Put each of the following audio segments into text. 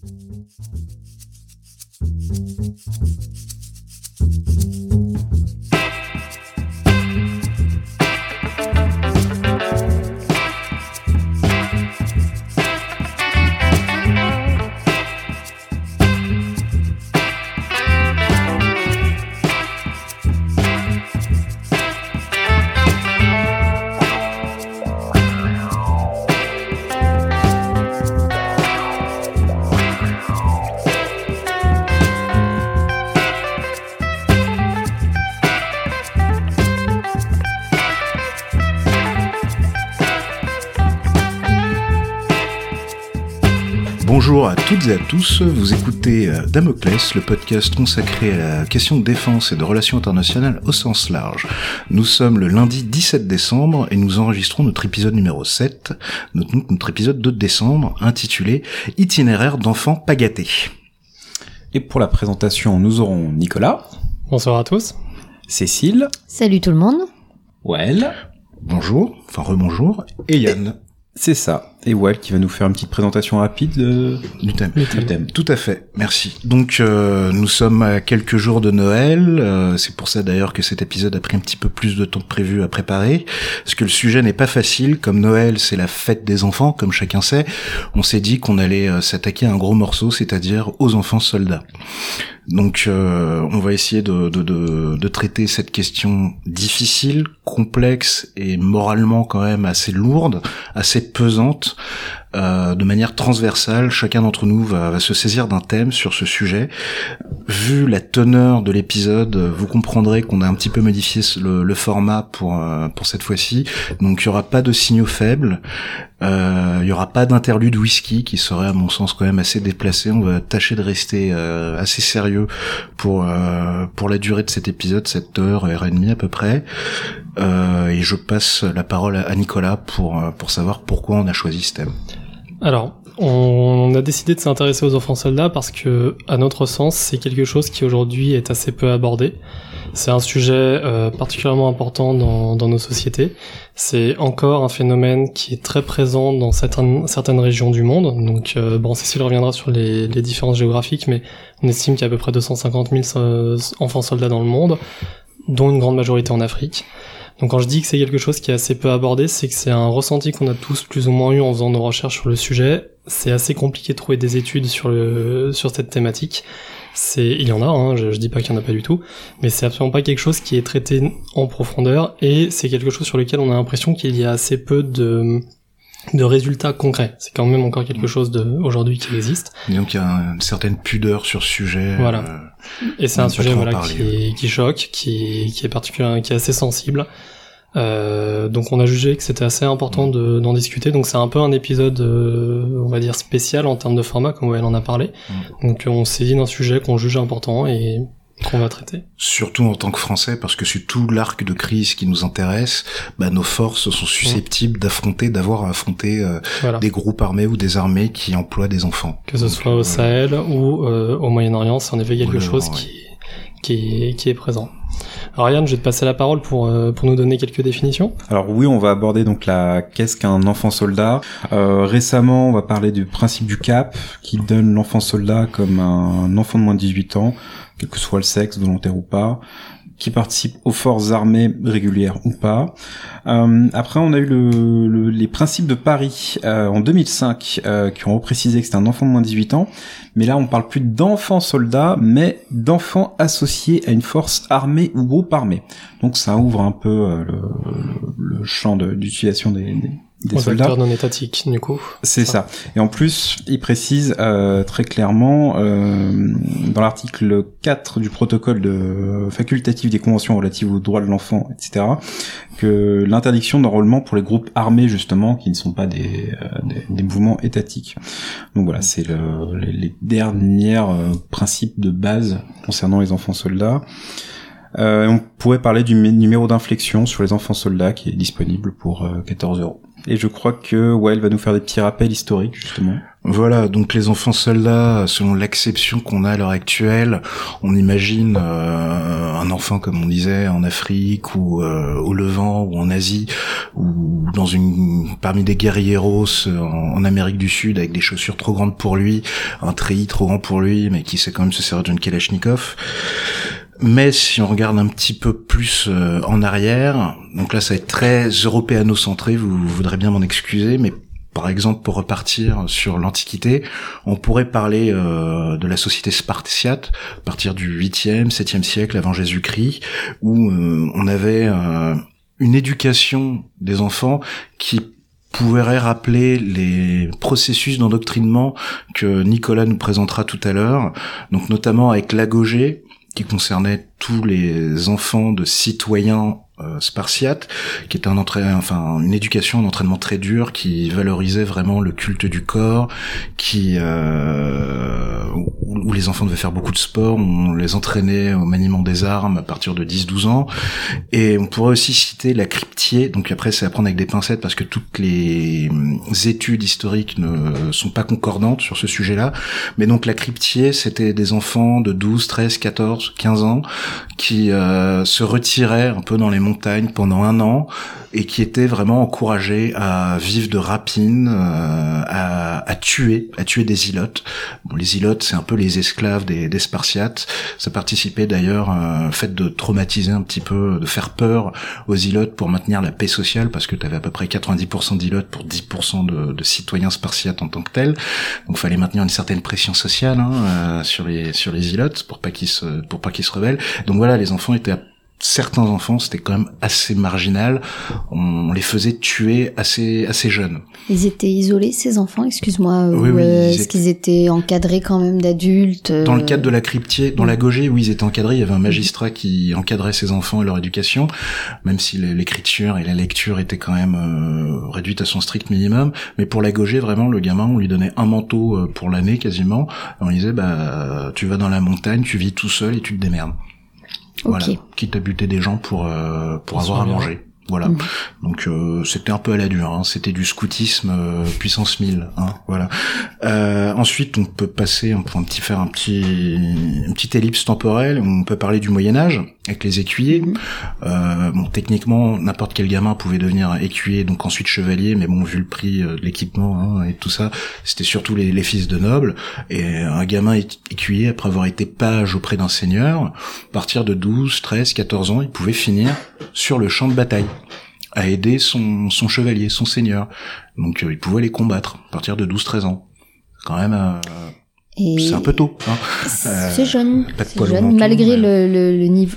Bonjour à toutes et à tous, vous écoutez Damoclès, le podcast consacré à la question de défense et de relations internationales au sens large. Nous sommes le lundi 17 décembre et nous enregistrons notre épisode numéro 7, notre épisode de décembre, intitulé « Itinéraire d'enfants pas gâtés ». Et pour la présentation, nous aurons Nicolas. Bonsoir à tous. Cécile. Salut tout le monde. Well. Bonjour, enfin rebonjour, et Yann. C'est ça. Et Well qui va nous faire une petite présentation rapide du thème. Tout à fait, merci. Donc nous sommes à quelques jours de Noël, c'est pour ça d'ailleurs que cet épisode a pris un petit peu plus de temps que prévu à préparer, parce que le sujet n'est pas facile, comme Noël c'est la fête des enfants, comme chacun sait, on s'est dit qu'on allait s'attaquer à un gros morceau, c'est-à-dire aux enfants soldats. Donc on va essayer de traiter cette question difficile, complexe et moralement quand même assez lourde, assez pesante, de manière transversale. Chacun d'entre nous va se saisir d'un thème sur ce sujet. Vu la teneur de l'épisode, vous comprendrez qu'on a un petit peu modifié le format pour cette fois-ci. Donc il y aura pas de signaux faibles. Il y aura pas d'interlude whisky qui serait à mon sens quand même assez déplacé. On va tâcher de rester assez sérieux pour la durée de cet épisode, 7h30 à peu près. Et je passe la parole à Nicolas pour savoir pourquoi on a choisi ce thème. Alors, on a décidé de s'intéresser aux enfants soldats parce que, à notre sens, c'est quelque chose qui aujourd'hui est assez peu abordé. C'est un sujet particulièrement important dans nos sociétés. C'est encore un phénomène qui est très présent dans certaines régions du monde. Donc, Cécile reviendra sur les différences géographiques, mais on estime qu'il y a à peu près 250 000 enfants soldats dans le monde, dont une grande majorité en Afrique. Donc quand je dis que c'est quelque chose qui est assez peu abordé, c'est que c'est un ressenti qu'on a tous plus ou moins eu en faisant nos recherches sur le sujet. C'est assez compliqué de trouver des études sur cette thématique. Il y en a, hein, je dis pas qu'il y en a pas du tout, mais c'est absolument pas quelque chose qui est traité en profondeur, et c'est quelque chose sur lequel on a l'impression qu'il y a assez peu de résultats concrets. C'est quand même encore quelque chose aujourd'hui qui existe. Et donc il y a une certaine pudeur sur ce sujet. Voilà. Et c'est un sujet qui choque, qui est particulier, qui est assez sensible. Donc on a jugé que c'était assez important d'en discuter. Donc c'est un peu un épisode, on va dire spécial en termes de format, comme elle en a parlé. Donc on s'est dit d'un sujet qu'on juge important et qu'on va traiter. Surtout en tant que Français, parce que c'est tout l'arc de crise qui nous intéresse, nos forces sont susceptibles d'avoir à affronter des groupes armés ou des armées qui emploient des enfants. Que ce soit au Sahel ou au Moyen-Orient, c'est en effet quelque chose qui est présent. Alors Yann, je vais te passer la parole pour nous donner quelques définitions. Alors oui, on va aborder donc qu'est-ce qu'un enfant soldat. Récemment, on va parler du principe du CAP, qui donne l'enfant soldat comme un enfant de moins de 18 ans, quel que soit le sexe, volontaire ou pas, qui participe aux forces armées régulières ou pas. Après, on a eu les principes de Paris en 2005 qui ont reprécisé que c'était un enfant de moins de 18 ans. Mais là, on parle plus d'enfants soldats, mais d'enfants associés à une force armée ou groupe armé. Donc ça ouvre un peu le champ d'utilisation des soldats. Acteurs non étatiques, du coup. C'est ça. Et en plus, il précise très clairement dans l'article 4 du protocole facultatif des conventions relatives aux droits de l'enfant, etc., que l'interdiction d'enrôlement pour les groupes armés, justement, qui ne sont pas des mouvements étatiques. Donc voilà, c'est les derniers principes de base concernant les enfants soldats. On pourrait parler du numéro d'inflexion sur les enfants soldats qui est disponible pour 14 €. Et je crois que elle va nous faire des petits rappels historiques, justement. Voilà, donc les enfants soldats, selon l'acception qu'on a à l'heure actuelle, on imagine un enfant, comme on disait, en Afrique ou au Levant ou en Asie ou parmi des guerrieros en Amérique du Sud avec des chaussures trop grandes pour lui, un treillis trop grand pour lui, mais qui sait quand même se servir d'une Kalachnikov. Mais si on regarde un petit peu plus en arrière, donc là ça va être très européano-centré, vous voudrez bien m'en excuser, mais par exemple, pour repartir sur l'Antiquité, on pourrait parler de la société spartiate à partir du 8e, 7e siècle avant Jésus-Christ, où on avait une éducation des enfants qui pourrait rappeler les processus d'endoctrinement que Nicolas nous présentera tout à l'heure, donc notamment avec l'agogé, qui concernait tous les enfants de citoyens spartiates, qui était une éducation, un entraînement très dur, qui valorisait vraiment le culte du corps, où les enfants devaient faire beaucoup de sport, on les entraînait au maniement des armes à partir de 10-12 ans, et on pourrait aussi citer la cryptier, donc après c'est à prendre avec des pincettes parce que toutes les études historiques ne sont pas concordantes sur ce sujet-là, mais donc la cryptier c'était des enfants de 12, 13, 14, 15 ans qui se retiraient un peu dans les montagnes pendant 1 an et qui étaient vraiment encouragés à vivre de rapine, à tuer des ilotes. Bon, les ilotes, c'est un peu les esclaves des Spartiates. Ça participait d'ailleurs au fait de traumatiser un petit peu, de faire peur aux ilotes pour maintenir la paix sociale, parce que tu avais à peu près 90% d'ilotes pour 10% de citoyens spartiates en tant que tels. Donc fallait maintenir une certaine pression sociale sur les ilotes pour pas qu'ils se rebellent. Donc voilà, les enfants étaient certains enfants, c'était quand même assez marginal. On les faisait tuer assez jeunes. Ils étaient isolés, ces enfants, excuse-moi. Oui, est-ce qu'ils étaient encadrés quand même d'adultes Dans le cadre de la cryptier, dans l'agogé, oui, ils étaient encadrés. Il y avait un magistrat qui encadrait ces enfants et leur éducation, même si l'écriture et la lecture étaient quand même réduites à son strict minimum. Mais pour l'agogé, vraiment, le gamin, on lui donnait un manteau pour l'année quasiment. Et on lui disait, tu vas dans la montagne, tu vis tout seul et tu te démerdes. Voilà, quitte à buter des gens pour avoir à manger. Voilà. Donc c'était un peu à la dure, c'était du scoutisme puissance 1000, voilà. Ensuite, on peut passer, on peut faire une petite ellipse temporelle, on peut parler du Moyen-Âge avec les écuyers. Techniquement, n'importe quel gamin pouvait devenir écuyer, donc ensuite chevalier, mais bon, vu le prix de l'équipement et tout ça, c'était surtout les fils de nobles. Et un gamin écuyer, après avoir été page auprès d'un seigneur, à partir de 12, 13, 14 ans, il pouvait finir sur le champ de bataille à aider son chevalier, son seigneur. Donc il pouvait les combattre à partir de 12-13 ans. Quand même c'est un peu tôt. C'est jeune. C'est jeune, malgré le niveau,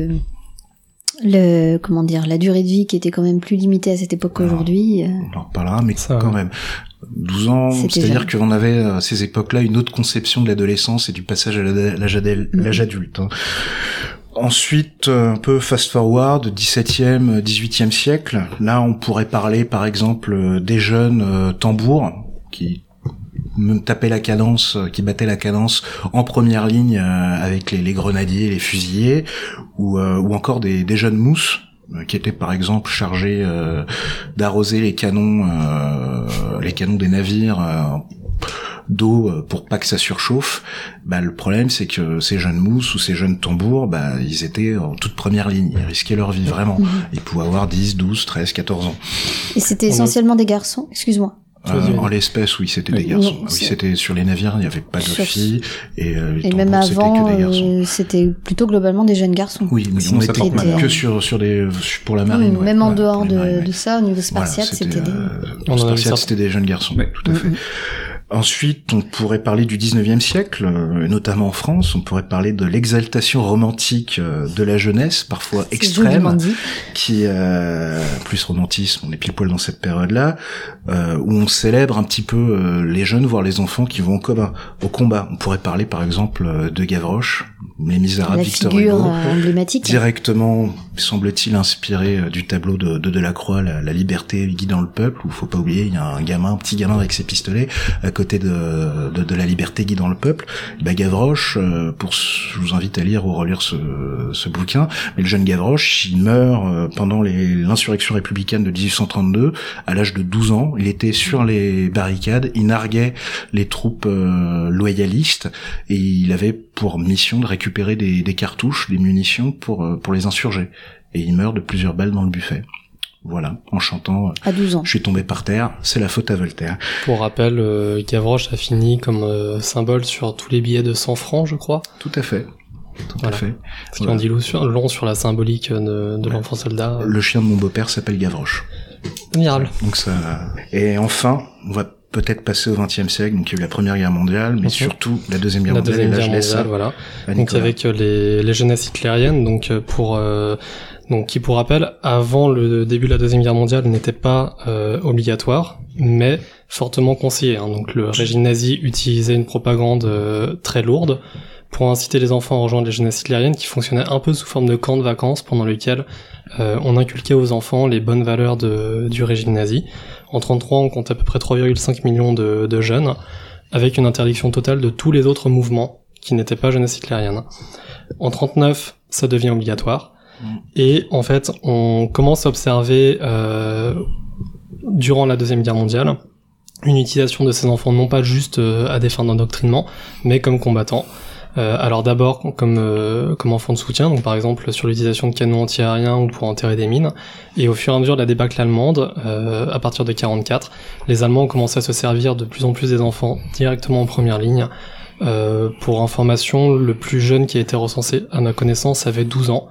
comment dire, la durée de vie qui était quand même plus limitée à cette époque qu'aujourd'hui. On en reparlera, mais quand même. 12 ans, c'est-à-dire qu'on avait à ces époques-là une autre conception de l'adolescence et du passage à l'âge adulte. Ensuite, un peu fast-forward, 17e, 18e siècle. Là, on pourrait parler, par exemple, des jeunes tambours qui tapaient la cadence, qui battaient la cadence en première ligne avec les grenadiers, les fusiliers, ou encore des jeunes mousses qui étaient par exemple chargés d'arroser les canons des navires d'eau pour pas que ça surchauffe. Le problème c'est que ces jeunes mousses ou ces jeunes tambours, ils étaient en toute première ligne, ils risquaient leur vie vraiment. Ils pouvaient avoir 10, 12, 13, 14 ans. Et c'était essentiellement des garçons, excuse-moi. En l'espèce, oui, c'était des garçons. Oui, c'était sur les navires, il n'y avait pas de filles. Et même avant, c'était plutôt globalement des jeunes garçons. Oui, mais on était que pour la marine. Même en dehors de ça, au niveau spartiate, c'était des jeunes garçons. Oui, tout à fait. Ensuite, on pourrait parler du 19e siècle, notamment en France. On pourrait parler de l'exaltation romantique de la jeunesse, parfois extrême, qui plus romantisme. On est pile poil dans cette période-là, où on célèbre un petit peu les jeunes, voire les enfants qui vont au combat. On pourrait parler, par exemple, de Gavroche, Les Misérables, la Victor figure Hugo, emblématique. Directement, semble-t-il, inspiré du tableau de Delacroix, la liberté guidant le peuple, où faut pas oublier, il y a un petit gamin avec ses pistolets à côté de la liberté guidant le peuple. Gavroche, je vous invite à lire ou relire ce bouquin, mais le jeune Gavroche, il meurt pendant l'insurrection républicaine de 1832, à l'âge de 12 ans. Il était sur les barricades, il narguait les troupes loyalistes, et il avait pour mission de récupérer des cartouches, des munitions pour les insurgés. Et il meurt de plusieurs balles dans le buffet. Voilà, en chantant à 12 ans. Je suis tombé par terre, c'est la faute à Voltaire. Pour rappel, Gavroche a fini comme symbole sur tous les billets de 100 francs, je crois. Tout à fait. À fait. Parce qu'on dit long sur la symbolique de l'enfant soldat. Le chien de mon beau-père s'appelle Gavroche. Admirable. Donc ça. Et enfin, on va peut-être passer au XXe siècle, donc il y a eu la Première Guerre mondiale, mais surtout la Deuxième Guerre mondiale. La Deuxième Guerre mondiale, voilà. Donc avec les jeunesses hitlériennes, donc qui pour rappel, avant le début de la Deuxième Guerre mondiale, n'était pas obligatoire, mais fortement conseillé. Donc le régime nazi utilisait une propagande très lourde pour inciter les enfants à rejoindre les jeunesses hitlériennes, qui fonctionnaient un peu sous forme de camps de vacances pendant lesquels on inculquait aux enfants les bonnes valeurs du régime nazi. En 1933, on compte à peu près 3,5 millions de jeunes, avec une interdiction totale de tous les autres mouvements qui n'étaient pas jeunesses hitlériennes. En 1939, ça devient obligatoire. Et en fait, on commence à observer, durant la Deuxième Guerre mondiale, une utilisation de ces enfants non pas juste à des fins d'endoctrinement, mais comme combattants. Alors d'abord comme enfants de soutien, donc par exemple sur l'utilisation de canons anti-aériens ou pour enterrer des mines, et au fur et à mesure de la débâcle allemande, à partir de 1944, les Allemands ont commencé à se servir de plus en plus des enfants directement en première ligne. Pour information, le plus jeune qui a été recensé à ma connaissance avait 12 ans,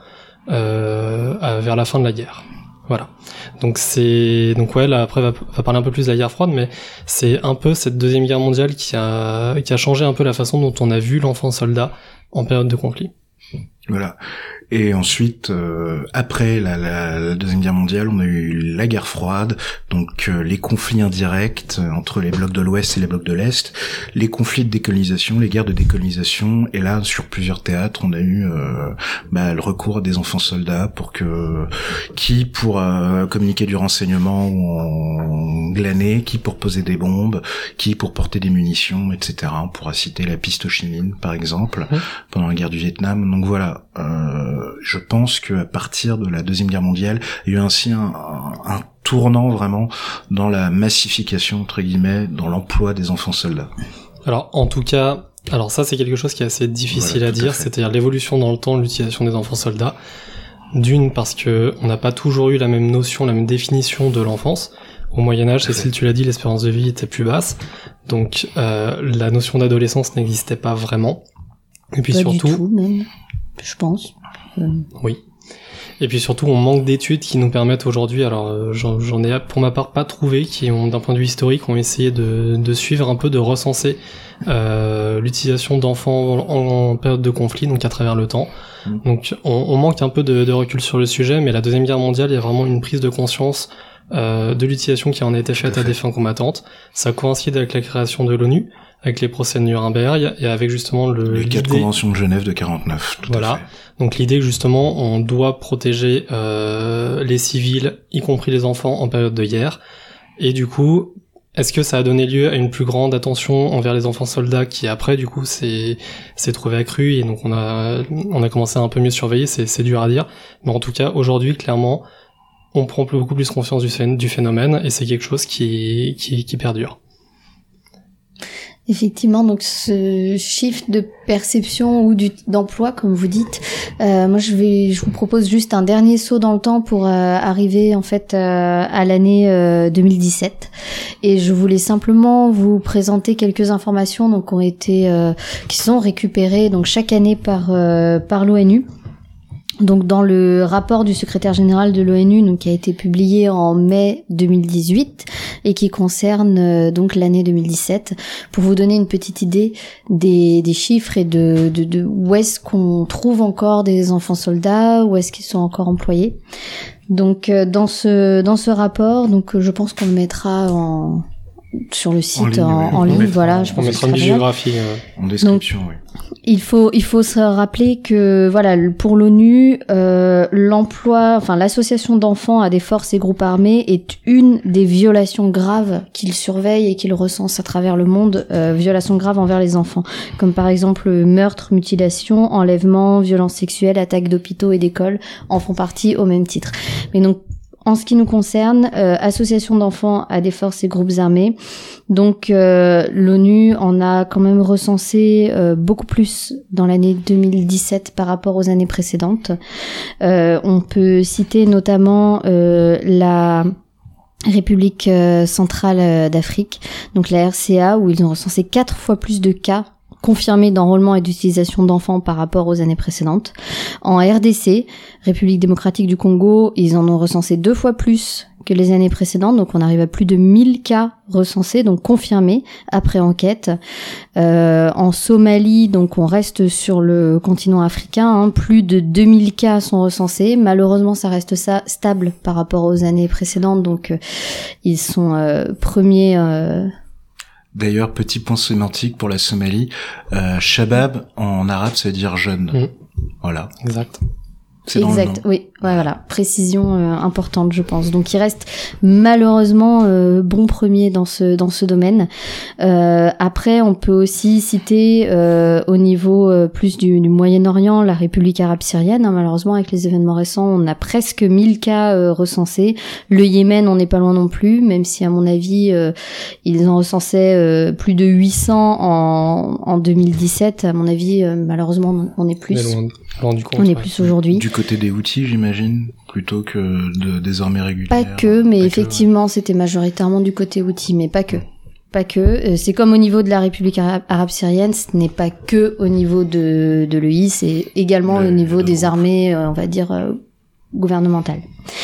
vers la fin de la guerre. Voilà. Donc là après va parler un peu plus de la guerre froide, mais c'est un peu cette Deuxième Guerre mondiale qui a changé un peu la façon dont on a vu l'enfant soldat en période de conflit. Voilà. Et ensuite, après la Deuxième Guerre mondiale, on a eu la guerre froide, donc les conflits indirects entre les blocs de l'Ouest et les blocs de l'Est, les conflits de décolonisation, les guerres de décolonisation, et là, sur plusieurs théâtres, on a eu le recours à des enfants soldats pour communiquer du renseignement ou en glaner, qui pour poser des bombes, qui pour porter des munitions, etc. On pourra citer la piste Ho Chi Minh, par exemple, pendant la guerre du Vietnam. Donc voilà. Je pense que à partir de la Deuxième Guerre mondiale, il y a eu ainsi un tournant vraiment dans la massification, entre guillemets, dans l'emploi des enfants soldats. Alors en tout cas, ça c'est quelque chose qui est assez difficile à dire, c'est-à-dire l'évolution dans le temps de l'utilisation des enfants soldats. D'une, parce que on n'a pas toujours eu la même notion, la même définition de l'enfance. Au Moyen-Âge, Cécile, tu l'as dit, l'espérance de vie était plus basse, donc la notion d'adolescence n'existait pas vraiment. Et puis pas surtout, du tout, même, je pense. Oui. Et puis surtout, on manque d'études qui nous permettent aujourd'hui, alors j'en ai pour ma part pas trouvé, qui ont, d'un point de vue historique, ont essayé de suivre un peu, de recenser l'utilisation d'enfants en période de conflit, donc à travers le temps. Donc on manque un peu de recul sur le sujet, mais la Deuxième Guerre mondiale, il y a vraiment une prise de conscience de l'utilisation qui en a été faite à des fins combattantes. Ça coïncide avec la création de l'ONU, avec les procès de Nuremberg, et avec justement les 4 conventions de Genève de 49. Voilà. Donc l'idée que justement on doit protéger les civils, y compris les enfants, en période de guerre. Et du coup, est-ce que ça a donné lieu à une plus grande attention envers les enfants soldats qui après du coup s'est trouvé accrue, et donc on a commencé à un peu mieux surveiller, c'est dur à dire. Mais en tout cas aujourd'hui clairement on prend beaucoup plus conscience du phénomène, et c'est quelque chose qui perdure. Effectivement, donc ce shift de perception ou d'emploi, comme vous dites, moi je vous propose juste un dernier saut dans le temps pour arriver en fait à l'année 2017, et je voulais simplement vous présenter quelques informations donc qui sont récupérées donc chaque année par l'ONU. Donc dans le rapport du secrétaire général de l'ONU, donc qui a été publié en mai 2018 et qui concerne donc l'année 2017, pour vous donner une petite idée des chiffres et de où est-ce qu'on trouve encore des enfants soldats, où est-ce qu'ils sont encore employés. Donc dans ce rapport, donc je pense qu'on le mettra sur le site en ligne, voilà. On mettra une bibliographie en description, oui. Il faut se rappeler que voilà, pour l'ONU, l'association d'enfants à des forces et groupes armés est une des violations graves qu'ils surveillent et qu'ils recensent à travers le monde, violations graves envers les enfants, comme par exemple meurtre, mutilation, enlèvement, violences sexuelles, attaques d'hôpitaux et d'écoles en font partie au même titre. Mais donc en ce qui nous concerne, association d'enfants à des forces et groupes armés, donc l'ONU en a quand même recensé beaucoup plus dans l'année 2017 par rapport aux années précédentes. On peut citer notamment la République centrale d'Afrique, donc la RCA, où ils ont recensé 4 fois plus de cas confirmés d'enrôlement et d'utilisation d'enfants par rapport aux années précédentes. En RDC, République démocratique du Congo, ils en ont recensé 2 fois plus que les années précédentes, donc on arrive à plus de 1000 cas recensés, donc confirmés après enquête. En Somalie, donc on reste sur le continent africain, plus de 2000 cas sont recensés. Malheureusement, ça reste stable par rapport aux années précédentes, donc ils sont premiers. D'ailleurs, petit point sémantique pour la Somalie, Shabab en arabe ça veut dire jeune. Voilà. Exact. C'est exact, oui, ouais, voilà, précision importante, je pense. Donc il reste malheureusement bon premier dans ce domaine. Après, on peut aussi citer au niveau plus du Moyen-Orient, la République arabe syrienne. Malheureusement, avec les événements récents, on a presque 1000 cas recensés. Le Yémen, on n'est pas loin non plus, même si à mon avis, ils en recensaient plus de 800 en 2017. À mon avis, malheureusement, on est plus. Loin du compte, on est plus aujourd'hui. Du côté des Houthis, j'imagine, plutôt que des armées régulières. Pas que, mais effectivement, c'était majoritairement du côté Houthi, mais pas que. Pas que. C'est comme au niveau de la République arabe syrienne, ce n'est pas que au niveau de l'EI, c'est également au niveau des armées, on va dire, gouvernementales.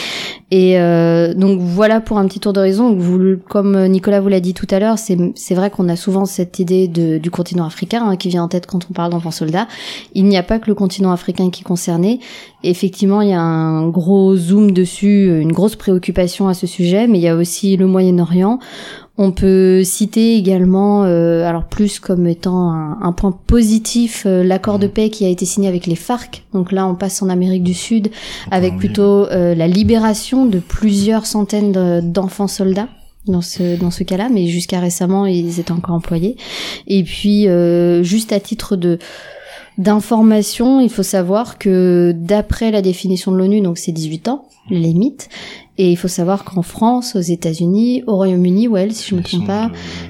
Et donc voilà pour un petit tour d'horizon. Comme Nicolas vous l'a dit tout à l'heure, c'est vrai qu'on a souvent cette idée du continent africain qui vient en tête quand on parle d'enfants soldats. Il n'y a pas que le continent africain qui est concerné. Effectivement, il y a un gros zoom dessus, une grosse préoccupation à ce sujet, mais il y a aussi le Moyen-Orient. On peut citer également, alors plus comme étant un point positif, l'accord de paix qui a été signé avec les FARC. Donc là, on passe en Amérique du Sud avec plutôt la libération de plusieurs centaines d'enfants soldats dans ce cas-là, mais jusqu'à récemment, ils étaient encore employés. Et puis, juste à titre d'information, il faut savoir que d'après la définition de l'ONU, donc c'est 18 ans, les limites. Et il faut savoir qu'en France, aux États-Unis, au Royaume-Uni, si je me trompe pas,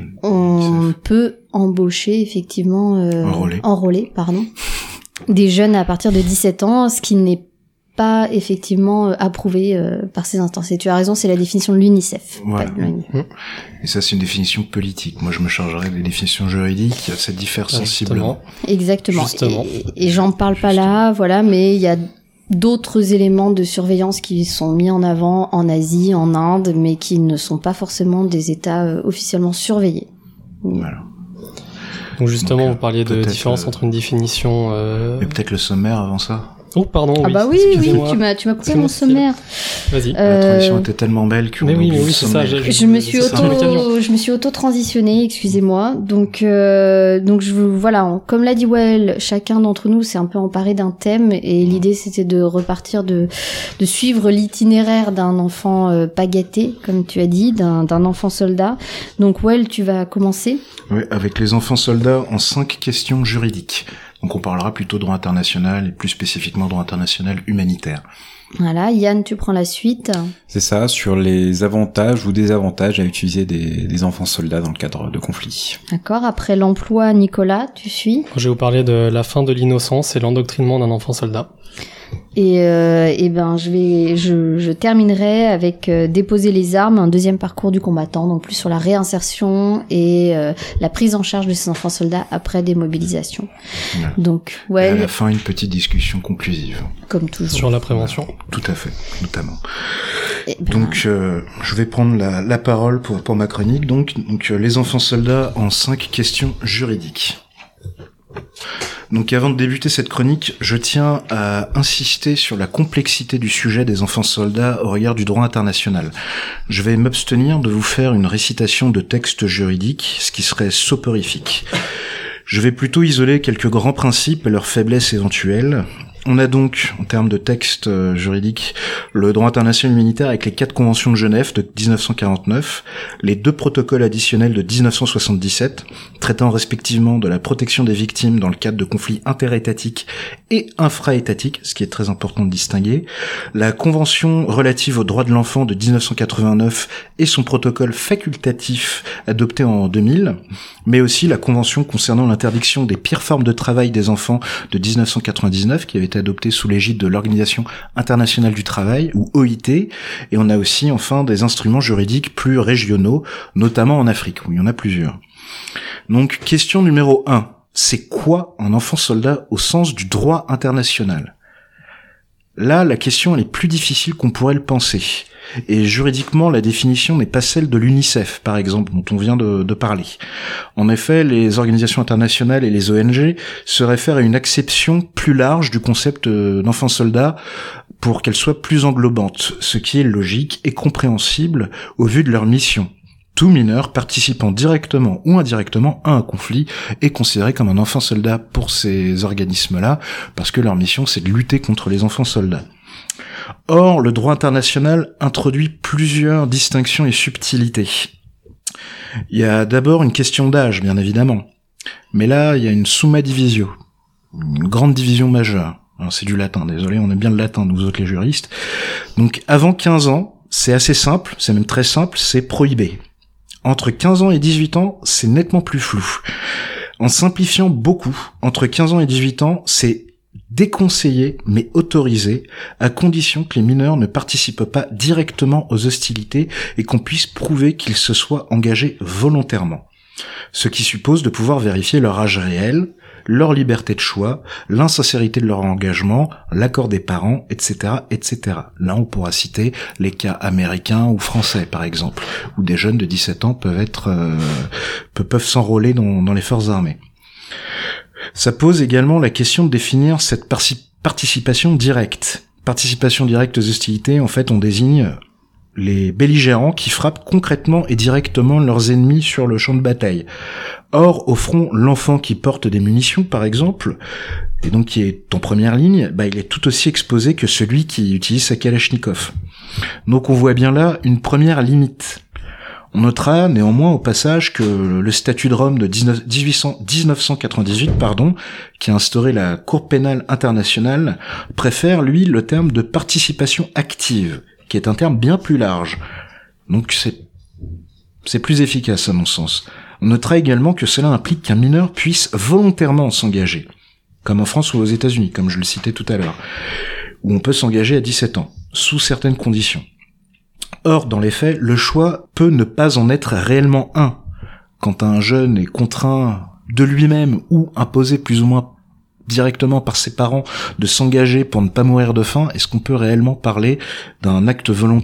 on peut embaucher effectivement enrôler, des jeunes à partir de 17 ans, ce qui n'est pas effectivement approuvé par ces instances. Et tu as raison, c'est la définition de l'UNICEF. Voilà. Pas de l'ONU. Et ça, c'est une définition politique. Moi, je me chargerai des définitions juridiques. Ça diffère sensiblement. Exactement. Et j'en parle pas là, voilà, mais il y a d'autres éléments de surveillance qui sont mis en avant en Asie, en Inde, mais qui ne sont pas forcément des États officiellement surveillés. Voilà. Donc justement, vous parliez de différence entre une définition... Mais peut-être le sommaire avant ça. Oh, pardon, oui. Ah bah oui, tu m'as coupé mon sommaire. Vas-y. La transition était tellement belle que... Mais oui, c'est ça. Je me suis auto-transitionnée, excusez-moi. Donc voilà, comme l'a dit Well, chacun d'entre nous s'est un peu emparé d'un thème et l'idée c'était de repartir de suivre l'itinéraire d'un enfant pas gâté, comme tu as dit, d'un enfant soldat. Donc Well, tu vas commencer. Oui, avec les enfants soldats en 5 questions juridiques. Donc on parlera plutôt droit international et plus spécifiquement droit international humanitaire. Voilà, Yann, tu prends la suite. C'est ça, sur les avantages ou désavantages à utiliser des enfants soldats dans le cadre de conflits. D'accord, après l'emploi, Nicolas, tu suis. Je vais vous parler de la fin de l'innocence et l'endoctrinement d'un enfant soldat. Et je terminerai avec déposer les armes, un deuxième parcours du combattant, donc plus sur la réinsertion et la prise en charge de ces enfants soldats après démobilisation. Voilà. Donc, et à la fin, une petite discussion conclusive. Comme toujours. Sur la prévention. Voilà. Tout à fait, notamment. Donc, je vais prendre la parole pour ma chronique. Donc, les enfants soldats en 5 questions juridiques. Donc avant de débuter cette chronique, je tiens à insister sur la complexité du sujet des enfants soldats au regard du droit international. Je vais m'abstenir de vous faire une récitation de textes juridiques, ce qui serait soporifique. Je vais plutôt isoler quelques grands principes et leurs faiblesses éventuelles. On a donc, en termes de texte juridique, le droit international humanitaire avec les 4 conventions de Genève de 1949, les 2 protocoles additionnels de 1977, traitant respectivement de la protection des victimes dans le cadre de conflits interétatiques et infra-étatiques, ce qui est très important de distinguer, la convention relative aux droits de l'enfant de 1989 et son protocole facultatif adopté en 2000, mais aussi la convention concernant l'interdiction des pires formes de travail des enfants de 1999, qui avait été adoptée sous l'égide de l'Organisation internationale du travail, ou OIT, et on a aussi enfin des instruments juridiques plus régionaux, notamment en Afrique, où il y en a plusieurs. Donc, question numéro 1. C'est quoi un enfant soldat au sens du droit international ? Là, la question elle est plus difficile qu'on pourrait le penser. Et juridiquement, la définition n'est pas celle de l'UNICEF, par exemple, dont on vient de parler. En effet, les organisations internationales et les ONG se réfèrent à une acception plus large du concept d'enfant soldat pour qu'elle soit plus englobante, ce qui est logique et compréhensible au vu de leur mission. Tout mineur participant directement ou indirectement à un conflit est considéré comme un enfant soldat pour ces organismes-là, parce que leur mission c'est de lutter contre les enfants soldats. Or, le droit international introduit plusieurs distinctions et subtilités. Il y a d'abord une question d'âge, bien évidemment. Mais là, il y a une summa divisio, une grande division majeure. Alors, c'est du latin, désolé, on aime bien le latin, nous autres les juristes. Donc, avant 15 ans, c'est assez simple, c'est même très simple, c'est prohibé. Entre 15 ans et 18 ans, c'est nettement plus flou. En simplifiant beaucoup, entre 15 ans et 18 ans, c'est déconseillé mais autorisé, à condition que les mineurs ne participent pas directement aux hostilités et qu'on puisse prouver qu'ils se soient engagés volontairement. Ce qui suppose de pouvoir vérifier leur âge réel, leur liberté de choix, l'insincérité de leur engagement, l'accord des parents, etc., etc. Là, on pourra citer les cas américains ou français, par exemple, où des jeunes de 17 ans peuvent s'enrôler dans les forces armées. Ça pose également la question de définir cette participation directe. Participation directe aux hostilités, en fait, on désigne les belligérants qui frappent concrètement et directement leurs ennemis sur le champ de bataille. Or, au front, l'enfant qui porte des munitions, par exemple, et donc qui est en première ligne, il est tout aussi exposé que celui qui utilise sa Kalachnikov. Donc on voit bien là une première limite. On notera néanmoins au passage que le statut de Rome de 1998, qui a instauré la Cour pénale internationale, préfère, lui, le terme de participation active, qui est un terme bien plus large. Donc c'est plus efficace à mon sens. On notera également que cela implique qu'un mineur puisse volontairement s'engager, comme en France ou aux États-Unis, comme je le citais tout à l'heure, où on peut s'engager à 17 ans, sous certaines conditions. Or, dans les faits, le choix peut ne pas en être réellement un. Quand un jeune est contraint de lui-même ou imposé plus ou moins directement par ses parents de s'engager pour ne pas mourir de faim, est-ce qu'on peut réellement parler d'un acte volontaire ?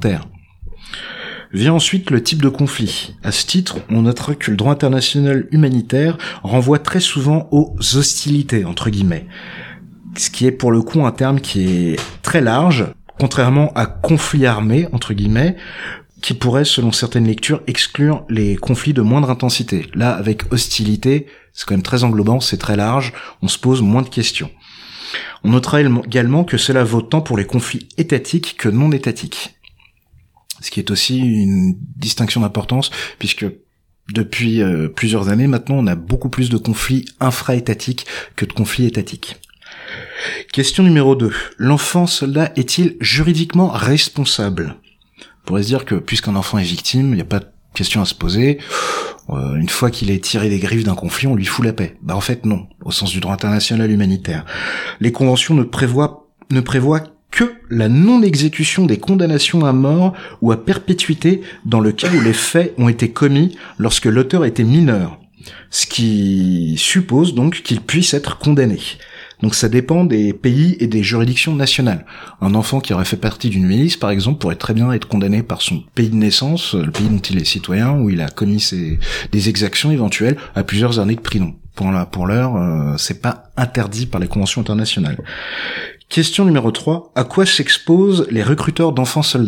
Vient ensuite le type de conflit. À ce titre, on notera que le droit international humanitaire renvoie très souvent aux hostilités, entre guillemets. Ce qui est pour le coup un terme qui est très large, contrairement à conflit armé, entre guillemets, qui pourrait, selon certaines lectures, exclure les conflits de moindre intensité. Là, avec hostilité, c'est quand même très englobant, c'est très large, on se pose moins de questions. On notera également que cela vaut tant pour les conflits étatiques que non étatiques. Ce qui est aussi une distinction d'importance, puisque depuis plusieurs années maintenant, on a beaucoup plus de conflits infra-étatiques que de conflits étatiques. Question numéro 2. L'enfant soldat est-il juridiquement responsable ? On pourrait se dire que puisqu'un enfant est victime, il n'y a pas de question à se poser. Une fois qu'il est tiré des griffes d'un conflit, on lui fout la paix. En fait non, au sens du droit international humanitaire. Les conventions ne prévoient que la non-exécution des condamnations à mort ou à perpétuité dans le cas où les faits ont été commis lorsque l'auteur était mineur. Ce qui suppose donc qu'il puisse être condamné. Donc ça dépend des pays et des juridictions nationales. Un enfant qui aurait fait partie d'une milice, par exemple, pourrait très bien être condamné par son pays de naissance, le pays dont il est citoyen, où il a commis des exactions éventuelles, à plusieurs années de prison. Pour l'heure, c'est pas interdit par les conventions internationales. Question numéro 3. À quoi s'exposent les recruteurs d'enfants soldats ?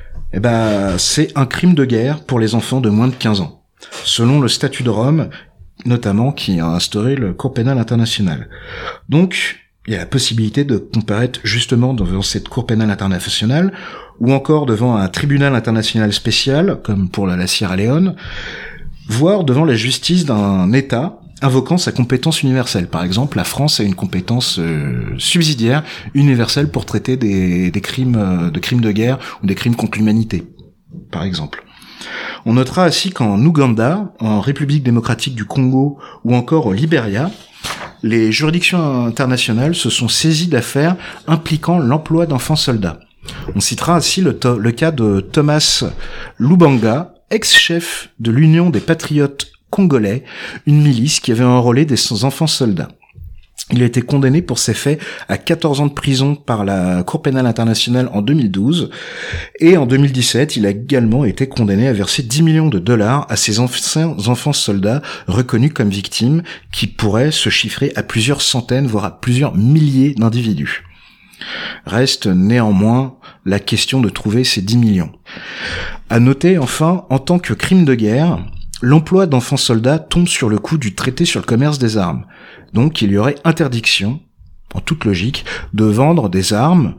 C'est un crime de guerre pour les enfants de moins de 15 ans. Selon le statut de Rome, notamment, qui a instauré le Cour pénale internationale. Donc, il y a la possibilité de comparaître justement devant cette Cour pénale internationale, ou encore devant un tribunal international spécial, comme pour la Sierra Leone, voire devant la justice d'un État invoquant sa compétence universelle. Par exemple, la France a une compétence subsidiaire universelle pour traiter des crimes de guerre ou des crimes contre l'humanité, par exemple. On notera ainsi qu'en Ouganda, en République démocratique du Congo ou encore au Libéria, les juridictions internationales se sont saisies d'affaires impliquant l'emploi d'enfants soldats. On citera ainsi le cas de Thomas Lubanga, ex-chef de l'Union des Patriotes Congolais, une milice qui avait enrôlé des enfants soldats. Il a été condamné pour ces faits à 14 ans de prison par la Cour pénale internationale en 2012, et en 2017, il a également été condamné à verser 10 millions de dollars à ces anciens enfants soldats reconnus comme victimes, qui pourraient se chiffrer à plusieurs centaines, voire à plusieurs milliers d'individus. Reste néanmoins la question de trouver ces 10 millions. À noter enfin, en tant que crime de guerre, l'emploi d'enfants soldats tombe sur le coup du traité sur le commerce des armes. Donc il y aurait interdiction, en toute logique, de vendre des armes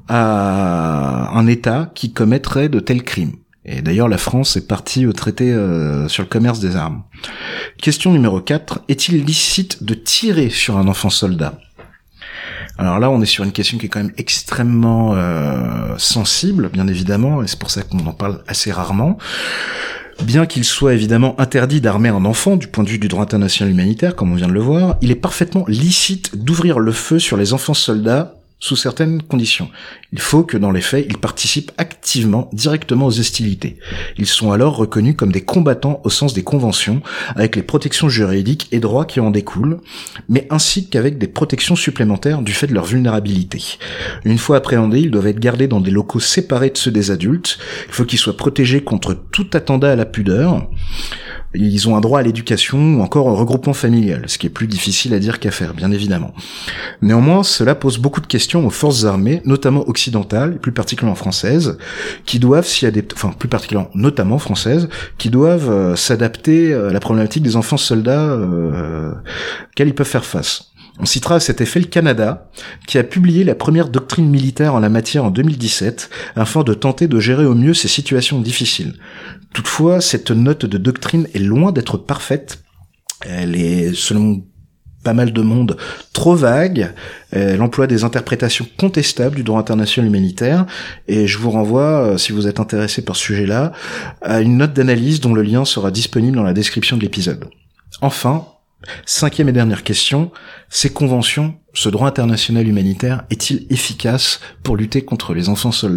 à un État qui commettrait de tels crimes. Et d'ailleurs la France est partie au traité sur le commerce des armes. Question numéro 4, est-il licite de tirer sur un enfant soldat ? Alors là, on est sur une question qui est quand même extrêmement sensible, bien évidemment, et c'est pour ça qu'on en parle assez rarement. Bien qu'il soit évidemment interdit d'armer un enfant du point de vue du droit international humanitaire, comme on vient de le voir, il est parfaitement licite d'ouvrir le feu sur les enfants soldats sous certaines conditions. Il faut que dans les faits, ils participent activement, directement aux hostilités. Ils sont alors reconnus comme des combattants au sens des conventions, avec les protections juridiques et droits qui en découlent, mais ainsi qu'avec des protections supplémentaires du fait de leur vulnérabilité. Une fois appréhendés, ils doivent être gardés dans des locaux séparés de ceux des adultes. Il faut qu'ils soient protégés contre tout attentat à la pudeur. Ils ont un droit à l'éducation ou encore au regroupement familial, ce qui est plus difficile à dire qu'à faire, bien évidemment. Néanmoins, cela pose beaucoup de questions aux forces armées, notamment occidentales, et plus particulièrement françaises, qui doivent plus particulièrement, notamment françaises, qui doivent s'adapter à la problématique des enfants soldats auxquels ils peuvent faire face. On citera à cet effet le Canada, qui a publié la première doctrine militaire en la matière en 2017, afin de tenter de gérer au mieux ces situations difficiles. Toutefois, cette note de doctrine est loin d'être parfaite. Elle est, selon pas mal de monde, trop vague. Elle emploie des interprétations contestables du droit international humanitaire, et je vous renvoie, si vous êtes intéressé par ce sujet-là, à une note d'analyse dont le lien sera disponible dans la description de l'épisode. Enfin, 5e et dernière question, ces conventions, ce droit international humanitaire, est-il efficace pour lutter contre les enfants soldats ?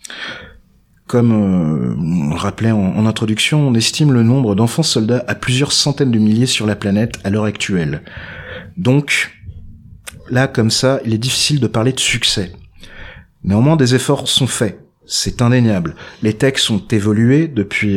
Comme on rappelait en introduction, on estime le nombre d'enfants soldats à plusieurs centaines de milliers sur la planète à l'heure actuelle. Donc, là, comme ça, il est difficile de parler de succès. Néanmoins, des efforts sont faits. C'est indéniable. Les textes ont évolué depuis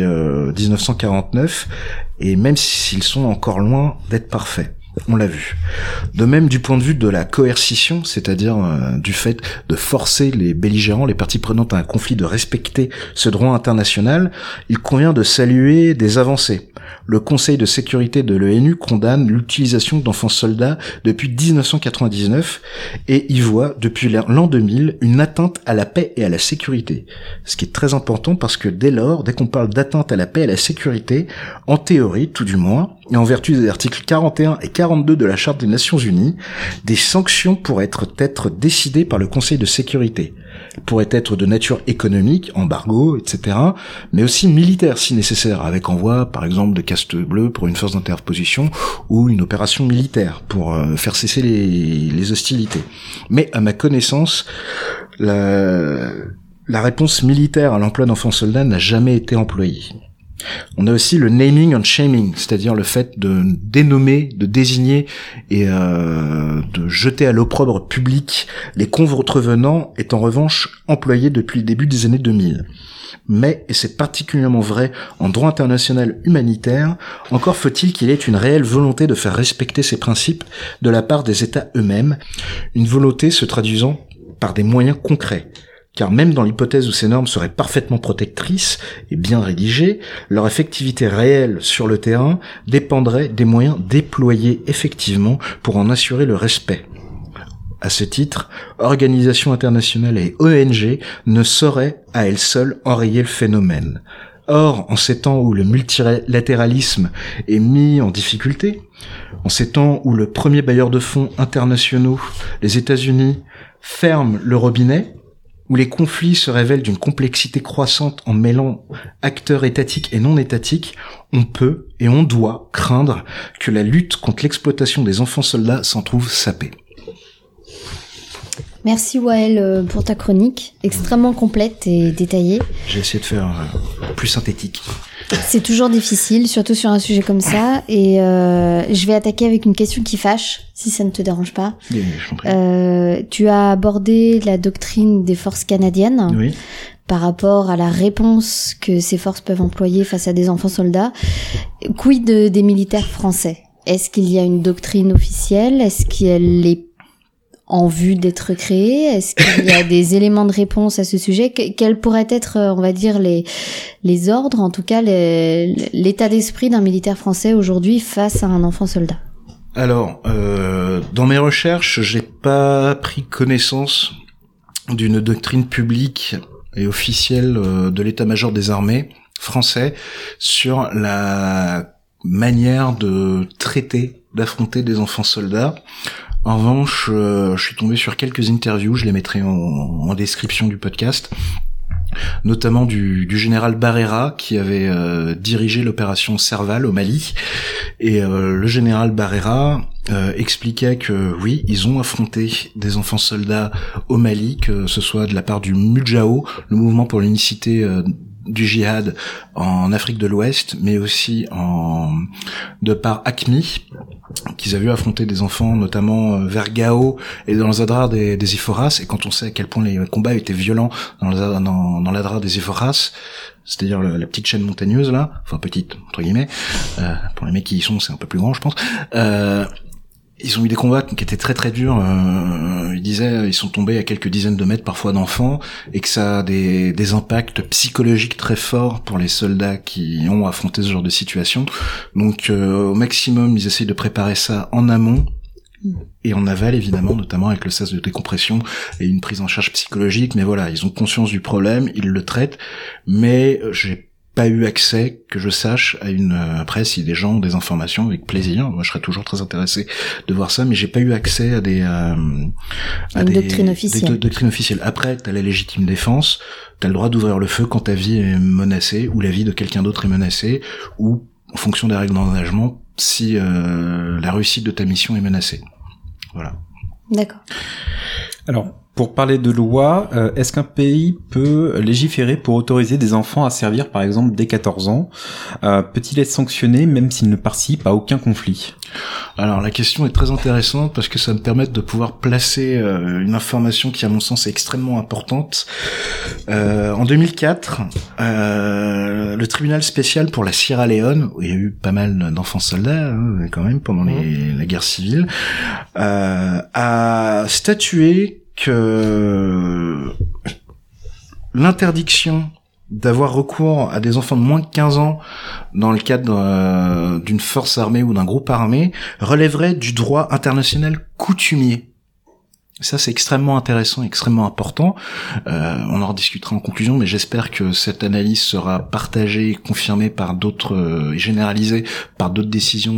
1949, et même s'ils sont encore loin d'être parfaits. On l'a vu. De même, du point de vue de la coercition, c'est-à-dire du fait de forcer les belligérants, les parties prenantes à un conflit, de respecter ce droit international, il convient de saluer des avancées. Le Conseil de sécurité de l'ONU condamne l'utilisation d'enfants soldats depuis 1999 et y voit, depuis l'an 2000, une atteinte à la paix et à la sécurité. Ce qui est très important parce que dès lors, dès qu'on parle d'atteinte à la paix et à la sécurité, en théorie, tout du moins, et en vertu des articles 41 et 42 de la Charte des Nations Unies, des sanctions pourraient être décidées par le Conseil de sécurité. Elles pourraient être de nature économique, embargo, etc., mais aussi militaire si nécessaire, avec envoi, par exemple, de casques bleus pour une force d'interposition ou une opération militaire pour faire cesser les hostilités. Mais à ma connaissance, la réponse militaire à l'emploi d'enfants soldats n'a jamais été employée. On a aussi le naming and shaming, c'est-à-dire le fait de dénommer, de désigner et de jeter à l'opprobre public les contrevenants est en revanche employé depuis le début des années 2000. Mais, et c'est particulièrement vrai en droit international humanitaire, encore faut-il qu'il y ait une réelle volonté de faire respecter ces principes de la part des États eux-mêmes, une volonté se traduisant par des moyens concrets. car même dans l'hypothèse où ces normes seraient parfaitement protectrices et bien rédigées, leur effectivité réelle sur le terrain dépendrait des moyens déployés effectivement pour en assurer le respect. À ce titre, organisations internationales et ONG ne sauraient à elles seules enrayer le phénomène. Or, en ces temps où le multilatéralisme est mis en difficulté, en ces temps où le premier bailleur de fonds internationaux, les États-Unis, ferme le robinet, où les conflits se révèlent d'une complexité croissante en mêlant acteurs étatiques et non étatiques, on peut et on doit craindre que la lutte contre l'exploitation des enfants soldats s'en trouve sapée. Merci Wael pour ta chronique, extrêmement complète et détaillée. J'ai essayé de faire plus synthétique. C'est toujours difficile, surtout sur un sujet comme ça. Et je vais attaquer avec une question qui fâche, si ça ne te dérange pas. Oui, je t'en prie. Tu as abordé la doctrine des forces canadiennes. Oui. Par rapport à la réponse que ces forces peuvent employer face à des enfants soldats. Quid des militaires français ? Est-ce qu'il y a une doctrine officielle ? Est-ce qu'elle est en vue d'être créée? Est-ce qu'il y a des éléments de réponse à ce sujet? Quels pourraient être, on va dire, les ordres, en tout cas l'état d'esprit d'un militaire français aujourd'hui face à un enfant soldat? Alors, dans mes recherches, j'ai pas pris connaissance d'une doctrine publique et officielle de l'état-major des armées français sur la manière de traiter, d'affronter des enfants soldats. En revanche, je suis tombé sur quelques interviews, je les mettrai en description du podcast, notamment du général Barrera qui avait dirigé l'opération Serval au Mali. Et le général Barrera expliquait que oui, ils ont affronté des enfants soldats au Mali, que ce soit de la part du Mujao, le mouvement pour l'unicité du djihad en Afrique de l'Ouest, mais aussi de par AQMI, qu'ils avaient affronté des enfants, notamment vers Gao et dans le Zadrar des Iphoras. Et quand on sait à quel point les combats étaient violents dans l'Adrar des Iphoras, c'est-à-dire la petite chaîne montagneuse là, enfin petite entre guillemets, pour les mecs qui y sont, c'est un peu plus grand, je pense. Ils ont eu des combats qui étaient très très durs. Ils disaient, ils sont tombés à quelques dizaines de mètres parfois d'enfants, et que ça a des impacts psychologiques très forts pour les soldats qui ont affronté ce genre de situation. Donc au maximum, ils essayent de préparer ça en amont et en aval évidemment, notamment avec le sas de décompression et une prise en charge psychologique. Mais voilà, ils ont conscience du problème, ils le traitent. Mais j'ai pas eu accès, que je sache, à après, si des gens ont des informations, avec plaisir, moi je serais toujours très intéressé de voir ça, mais j'ai pas eu accès à une doctrine officielle. Des doctrines officielles. Après, t'as la légitime défense, t'as le droit d'ouvrir le feu quand ta vie est menacée, ou la vie de quelqu'un d'autre est menacée, ou, en fonction des règles d'engagement, si la réussite de ta mission est menacée. Voilà. D'accord. Alors, pour parler de loi, est-ce qu'un pays peut légiférer pour autoriser des enfants à servir, par exemple, dès 14 ans? Peut-il être sanctionné même s'il ne participe à aucun conflit? Alors, la question est très intéressante parce que ça me permet de pouvoir placer une information qui, à mon sens, est extrêmement importante. En 2004, le tribunal spécial pour la Sierra Leone, où il y a eu pas mal d'enfants soldats, quand même, pendant la guerre civile, a statué que l'interdiction d'avoir recours à des enfants de moins de 15 ans dans le cadre d'une force armée ou d'un groupe armé relèverait du droit international coutumier. Ça, c'est extrêmement intéressant, extrêmement important. On en rediscutera en conclusion, mais j'espère que cette analyse sera partagée, confirmée par d'autres, et généralisée par d'autres décisions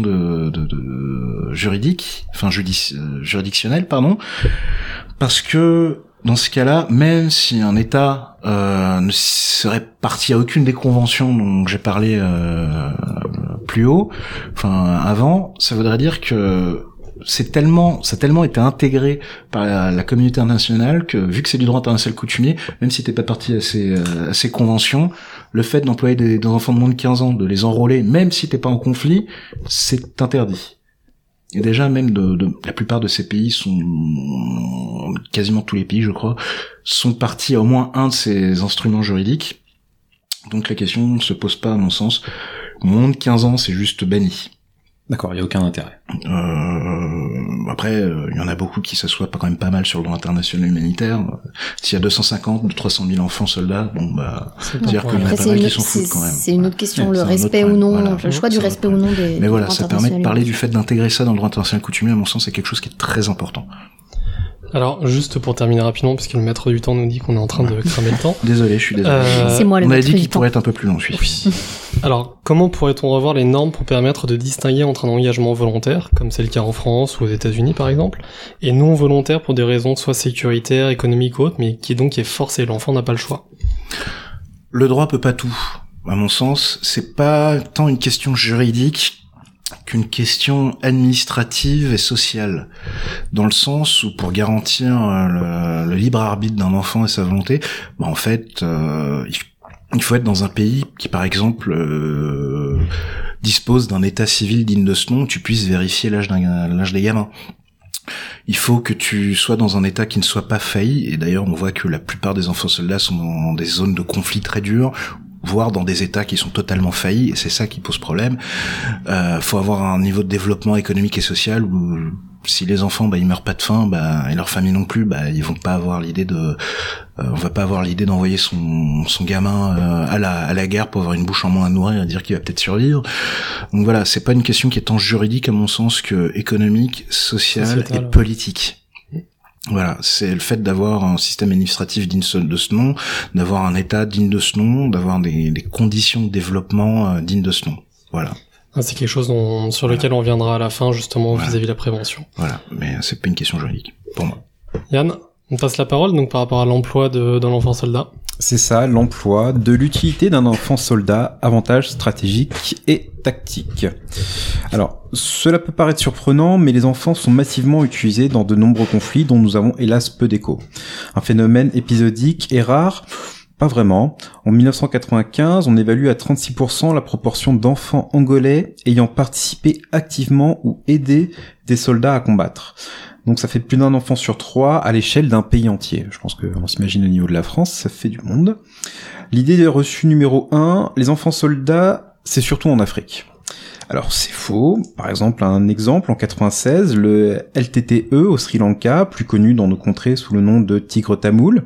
juridictionnelles, pardon. Parce que, dans ce cas-là, même si un État ne serait partie à aucune des conventions dont j'ai parlé plus haut, enfin avant, ça voudrait dire que ça a tellement été intégré par la communauté internationale que, vu que c'est du droit international coutumier, même si t'es pas parti à ces conventions, le fait d'employer des enfants de moins de 15 ans, de les enrôler, même si t'es pas en conflit, c'est interdit. Et déjà, même la plupart de ces pays quasiment tous les pays, je crois, sont partis à au moins un de ces instruments juridiques. Donc la question ne se pose pas, à mon sens. Moins de 15 ans, c'est juste banni. D'accord, il y a aucun intérêt. après, il y en a beaucoup qui s'assoient quand même pas mal sur le droit international humanitaire. S'il y a 250 ou 300 000 enfants soldats, bon bah, c'est-à-dire qu'il y en a pas mal qui s'en foutent quand même. C'est une autre question, le respect ou non, voilà, le choix du respect ou non des. Mais voilà, ça permet de parler du fait d'intégrer ça dans le droit international coutumier. À mon sens, c'est quelque chose qui est très important. Alors, juste pour terminer rapidement, puisque le maître du temps nous dit qu'on est en train de cramer le temps. Désolé, je suis désolé. C'est moi le On a maître dit du qu'il temps. pourrait être un peu plus long, celui-ci. Oui. Alors, comment pourrait-on revoir les normes pour permettre de distinguer entre un engagement volontaire, comme c'est le cas en France ou aux États-Unis par exemple, et non volontaire pour des raisons soit sécuritaires, économiques ou autres, mais qui est forcé, l'enfant n'a pas le choix? Le droit peut pas tout. À mon sens, c'est pas tant une question juridique qu'une question administrative et sociale, dans le sens où pour garantir le libre arbitre d'un enfant et sa volonté, en fait, il faut être dans un pays qui, par exemple, dispose d'un état civil digne de ce nom, où tu puisses vérifier l'âge des gamins. Il faut que tu sois dans un état qui ne soit pas failli, et d'ailleurs on voit que la plupart des enfants soldats sont dans des zones de conflit très dures, voire dans des états qui sont totalement faillis, et c'est ça qui pose problème. Faut avoir un niveau de développement économique et social où si les enfants ils meurent pas de faim, et leur famille non plus, ils vont pas avoir l'idée de on va pas avoir l'idée d'envoyer son gamin à la guerre pour avoir une bouche en moins à nourrir et dire qu'il va peut-être survivre. Donc voilà, c'est pas une question qui est tant juridique à mon sens que économique, sociale et politique. Voilà, c'est le fait d'avoir un système administratif digne de ce nom, d'avoir un État digne de ce nom, d'avoir des conditions de développement dignes de ce nom. Voilà. C'est quelque chose sur lequel on reviendra à la fin, justement, vis-à-vis de la prévention. Voilà, mais c'est pas une question juridique, pour moi. Yann, on passe la parole, donc par rapport à l'emploi de l'enfant soldat. C'est ça, l'emploi, de l'utilité d'un enfant soldat, avantages stratégiques et tactiques. Alors, cela peut paraître surprenant, mais les enfants sont massivement utilisés dans de nombreux conflits dont nous avons hélas peu d'écho. Un phénomène épisodique et rare? Pas vraiment. En 1995, on évalue à 36% la proportion d'enfants angolais ayant participé activement ou aidé des soldats à combattre. Donc ça fait plus d'un enfant sur 3 à l'échelle d'un pays entier. Je pense qu'on s'imagine au niveau de la France, ça fait du monde. L'idée reçue numéro 1, les enfants soldats, c'est surtout en Afrique. Alors c'est faux. Par exemple, un exemple, en 96, le LTTE au Sri Lanka, plus connu dans nos contrées sous le nom de Tigre Tamoul,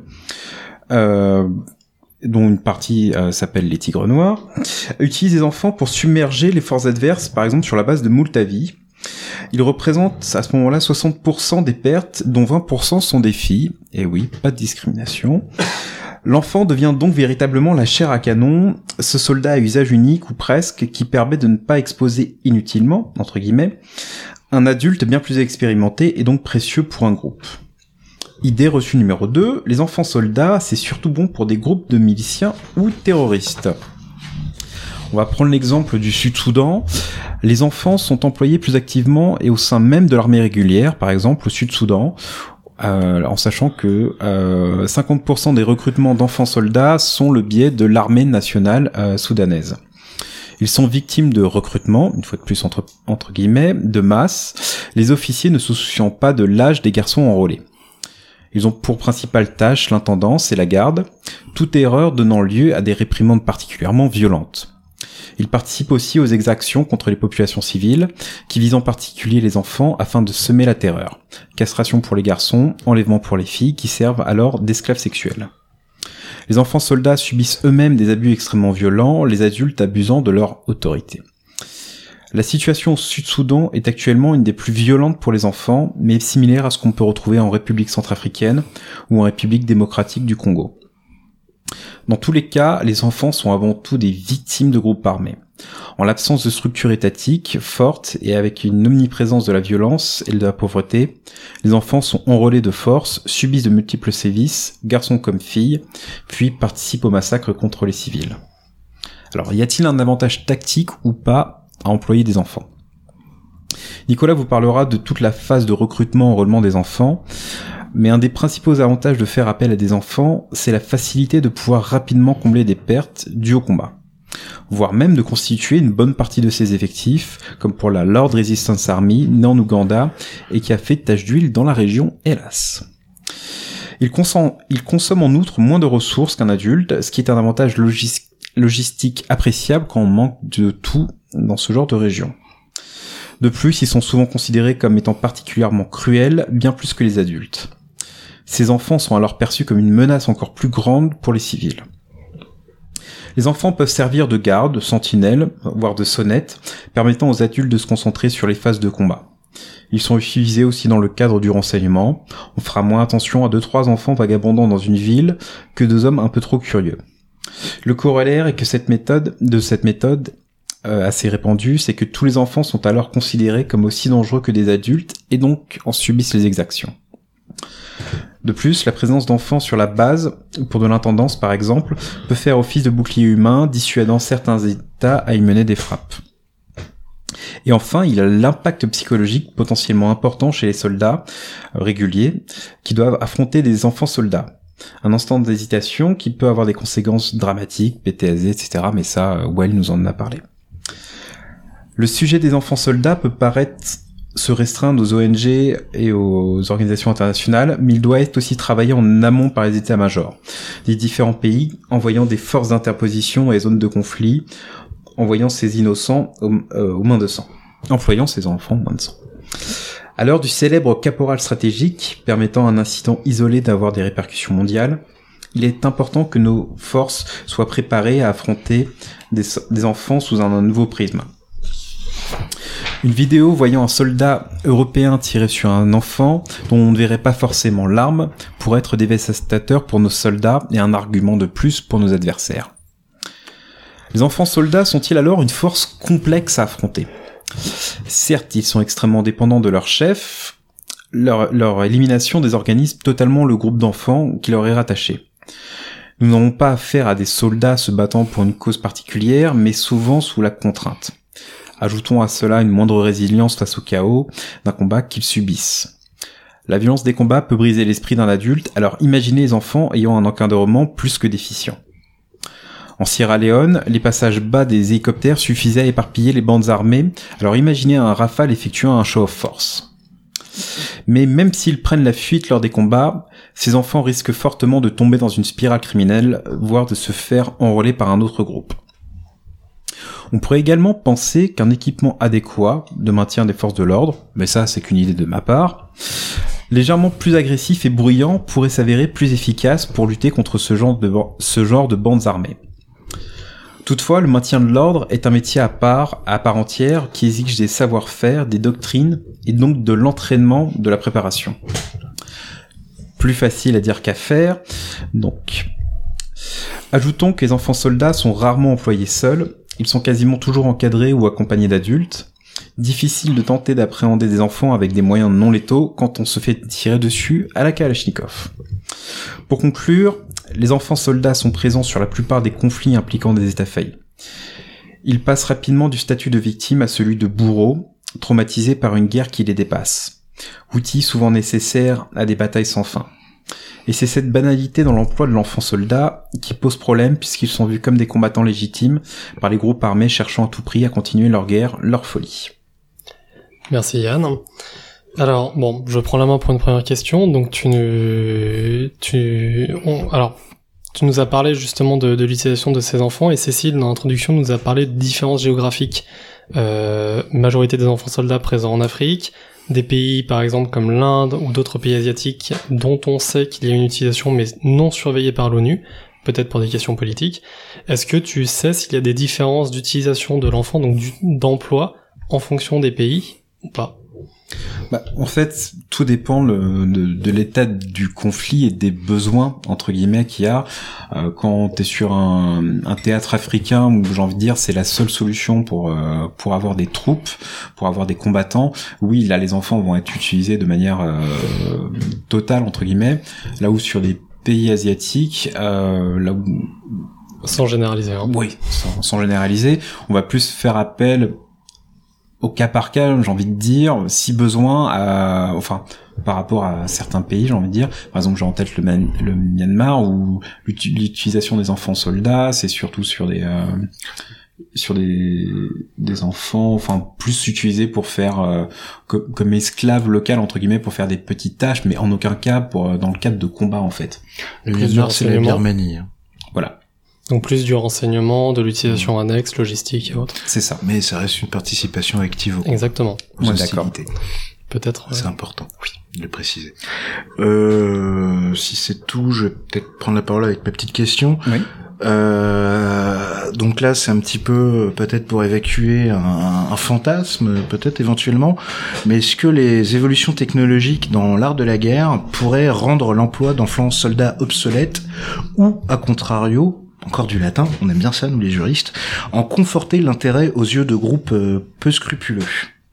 dont une partie s'appelle les Tigres Noirs, utilise les enfants pour submerger les forces adverses, par exemple sur la base de Multavi. Il représente à ce moment-là 60% des pertes, dont 20% sont des filles. Et oui, pas de discrimination. L'enfant devient donc véritablement la chair à canon, ce soldat à usage unique ou presque, qui permet de ne pas exposer inutilement, entre guillemets, un adulte bien plus expérimenté et donc précieux pour un groupe. Idée reçue numéro 2, les enfants soldats, c'est surtout bon pour des groupes de miliciens ou terroristes. On va prendre l'exemple du Sud-Soudan. Les enfants sont employés plus activement et au sein même de l'armée régulière, par exemple au Sud-Soudan, en sachant que 50% des recrutements d'enfants soldats sont le biais de l'armée nationale soudanaise. Ils sont victimes de recrutement, une fois de plus entre guillemets, de masse, les officiers ne se souciant pas de l'âge des garçons enrôlés. Ils ont pour principale tâche l'intendance et la garde, toute erreur donnant lieu à des réprimandes particulièrement violentes. Ils participent aussi aux exactions contre les populations civiles, qui visent en particulier les enfants afin de semer la terreur. Castration pour les garçons, enlèvement pour les filles, qui servent alors d'esclaves sexuels. Les enfants soldats subissent eux-mêmes des abus extrêmement violents, les adultes abusant de leur autorité. La situation au Sud-Soudan est actuellement une des plus violentes pour les enfants, mais similaire à ce qu'on peut retrouver en République centrafricaine ou en République démocratique du Congo. Dans tous les cas, les enfants sont avant tout des victimes de groupes armés. En l'absence de structure étatique forte et avec une omniprésence de la violence et de la pauvreté, les enfants sont enrôlés de force, subissent de multiples sévices, garçons comme filles, puis participent au massacre contre les civils. Alors, y a-t-il un avantage tactique ou pas à employer des enfants ? Nicolas vous parlera de toute la phase de recrutement-enrôlement des enfants, mais un des principaux avantages de faire appel à des enfants, c'est la facilité de pouvoir rapidement combler des pertes dues au combat, voire même de constituer une bonne partie de ses effectifs, comme pour la Lord Resistance Army, née en Ouganda, et qui a fait tache d'huile dans la région, hélas. Il consomme en outre moins de ressources qu'un adulte, ce qui est un avantage logistique appréciable quand on manque de tout dans ce genre de région. De plus, ils sont souvent considérés comme étant particulièrement cruels, bien plus que les adultes. Ces enfants sont alors perçus comme une menace encore plus grande pour les civils. Les enfants peuvent servir de garde, de sentinelle, voire de sonnette, permettant aux adultes de se concentrer sur les phases de combat. Ils sont utilisés aussi dans le cadre du renseignement. On fera moins attention à 2-3 enfants vagabondant dans une ville que 2 hommes un peu trop curieux. Le corollaire est que cette méthode assez répandue, c'est que tous les enfants sont alors considérés comme aussi dangereux que des adultes et donc en subissent les exactions. De plus, la présence d'enfants sur la base, pour de l'intendance par exemple, peut faire office de bouclier humain, dissuadant certains États à y mener des frappes. Et enfin, il y a l'impact psychologique potentiellement important chez les soldats réguliers qui doivent affronter des enfants soldats. Un instant d'hésitation qui peut avoir des conséquences dramatiques, PTSD, etc. Mais ça, Well nous en a parlé. Le sujet des enfants soldats peut paraître se restreindre aux ONG et aux organisations internationales, mais il doit être aussi travaillé en amont par les états-majors des différents pays, envoyant des forces d'interposition dans les zones de conflit, envoyant ces innocents aux mains de sang, employant ces enfants aux mains de sang. À l'heure du célèbre caporal stratégique, permettant à un incident isolé d'avoir des répercussions mondiales, il est important que nos forces soient préparées à affronter des enfants sous un nouveau prisme. Une vidéo voyant un soldat européen tirer sur un enfant dont on ne verrait pas forcément l'arme pourrait être dévastateur pour nos soldats et un argument de plus pour nos adversaires. Les enfants soldats sont-ils alors une force complexe à affronter ? Certes, ils sont extrêmement dépendants de leur chef, leur élimination désorganise totalement le groupe d'enfants qui leur est rattaché. Nous n'avons pas affaire à des soldats se battant pour une cause particulière, mais souvent sous la contrainte. Ajoutons à cela une moindre résilience face au chaos d'un combat qu'ils subissent. La violence des combats peut briser l'esprit d'un adulte, alors imaginez les enfants ayant un encadrement plus que déficient. En Sierra Leone, les passages bas des hélicoptères suffisaient à éparpiller les bandes armées, alors imaginez un Rafale effectuant un show of force. Mais même s'ils prennent la fuite lors des combats, ces enfants risquent fortement de tomber dans une spirale criminelle, voire de se faire enrôler par un autre groupe. On pourrait également penser qu'un équipement adéquat de maintien des forces de l'ordre, mais ça c'est qu'une idée de ma part, légèrement plus agressif et bruyant pourrait s'avérer plus efficace pour lutter contre ce genre de bandes armées. Toutefois, le maintien de l'ordre est un métier à part entière qui exige des savoir-faire, des doctrines et donc de l'entraînement, de la préparation. Plus facile à dire qu'à faire, donc. Ajoutons que les enfants soldats sont rarement employés seuls, ils sont quasiment toujours encadrés ou accompagnés d'adultes. Difficile de tenter d'appréhender des enfants avec des moyens non létaux quand on se fait tirer dessus à la Kalachnikov. Pour conclure, les enfants soldats sont présents sur la plupart des conflits impliquant des États faillis. Ils passent rapidement du statut de victime à celui de bourreau, traumatisés par une guerre qui les dépasse. Outils souvent nécessaires à des batailles sans fin. Et c'est cette banalité dans l'emploi de l'enfant soldat qui pose problème puisqu'ils sont vus comme des combattants légitimes par les groupes armés cherchant à tout prix à continuer leur guerre, leur folie. Merci Yann. Alors, bon, je prends la main pour une première question. Donc tu nous as parlé justement de l'utilisation de ces enfants et Cécile, dans l'introduction, nous a parlé de différences géographiques. Majorité des enfants soldats présents en Afrique, des pays par exemple comme l'Inde ou d'autres pays asiatiques dont on sait qu'il y a une utilisation mais non surveillée par l'ONU, peut-être pour des questions politiques. Est-ce que tu sais s'il y a des différences d'utilisation de l'enfant, donc d'emploi, en fonction des pays ou pas ? En fait, tout dépend de l'état du conflit et des besoins entre guillemets qu'il y a. Quand t'es sur un théâtre africain où j'ai envie de dire c'est la seule solution pour avoir des troupes, pour avoir des combattants, oui là les enfants vont être utilisés de manière totale entre guillemets. Là où sur des pays asiatiques, là où sans généraliser, hein. Oui, sans généraliser, on va plus faire appel au cas par cas, j'ai envie de dire, si besoin, par rapport à certains pays, j'ai envie de dire, par exemple, j'ai en tête le Myanmar, où l'utilisation des enfants soldats, c'est surtout sur des enfants, plus utilisés pour faire comme esclaves locales entre guillemets, pour faire des petites tâches, mais en aucun cas dans le cadre de combat en fait. Le Myanmar, c'est la Birmanie. Voilà. Donc plus du renseignement, de l'utilisation annexe, logistique et autres. C'est ça. Mais ça reste une participation active aux Exactement. aux D'accord. hostilités. Peut-être. C'est important, oui, de le préciser. Si c'est tout, je vais peut-être prendre la parole avec ma petite question. Oui. Donc là, c'est un petit peu peut-être pour évacuer un fantasme, peut-être éventuellement. Mais est-ce que les évolutions technologiques dans l'art de la guerre pourraient rendre l'emploi d'enfants soldats obsolète ou, à contrario, encore du latin, on aime bien ça nous les juristes, en conforter l'intérêt aux yeux de groupes peu scrupuleux?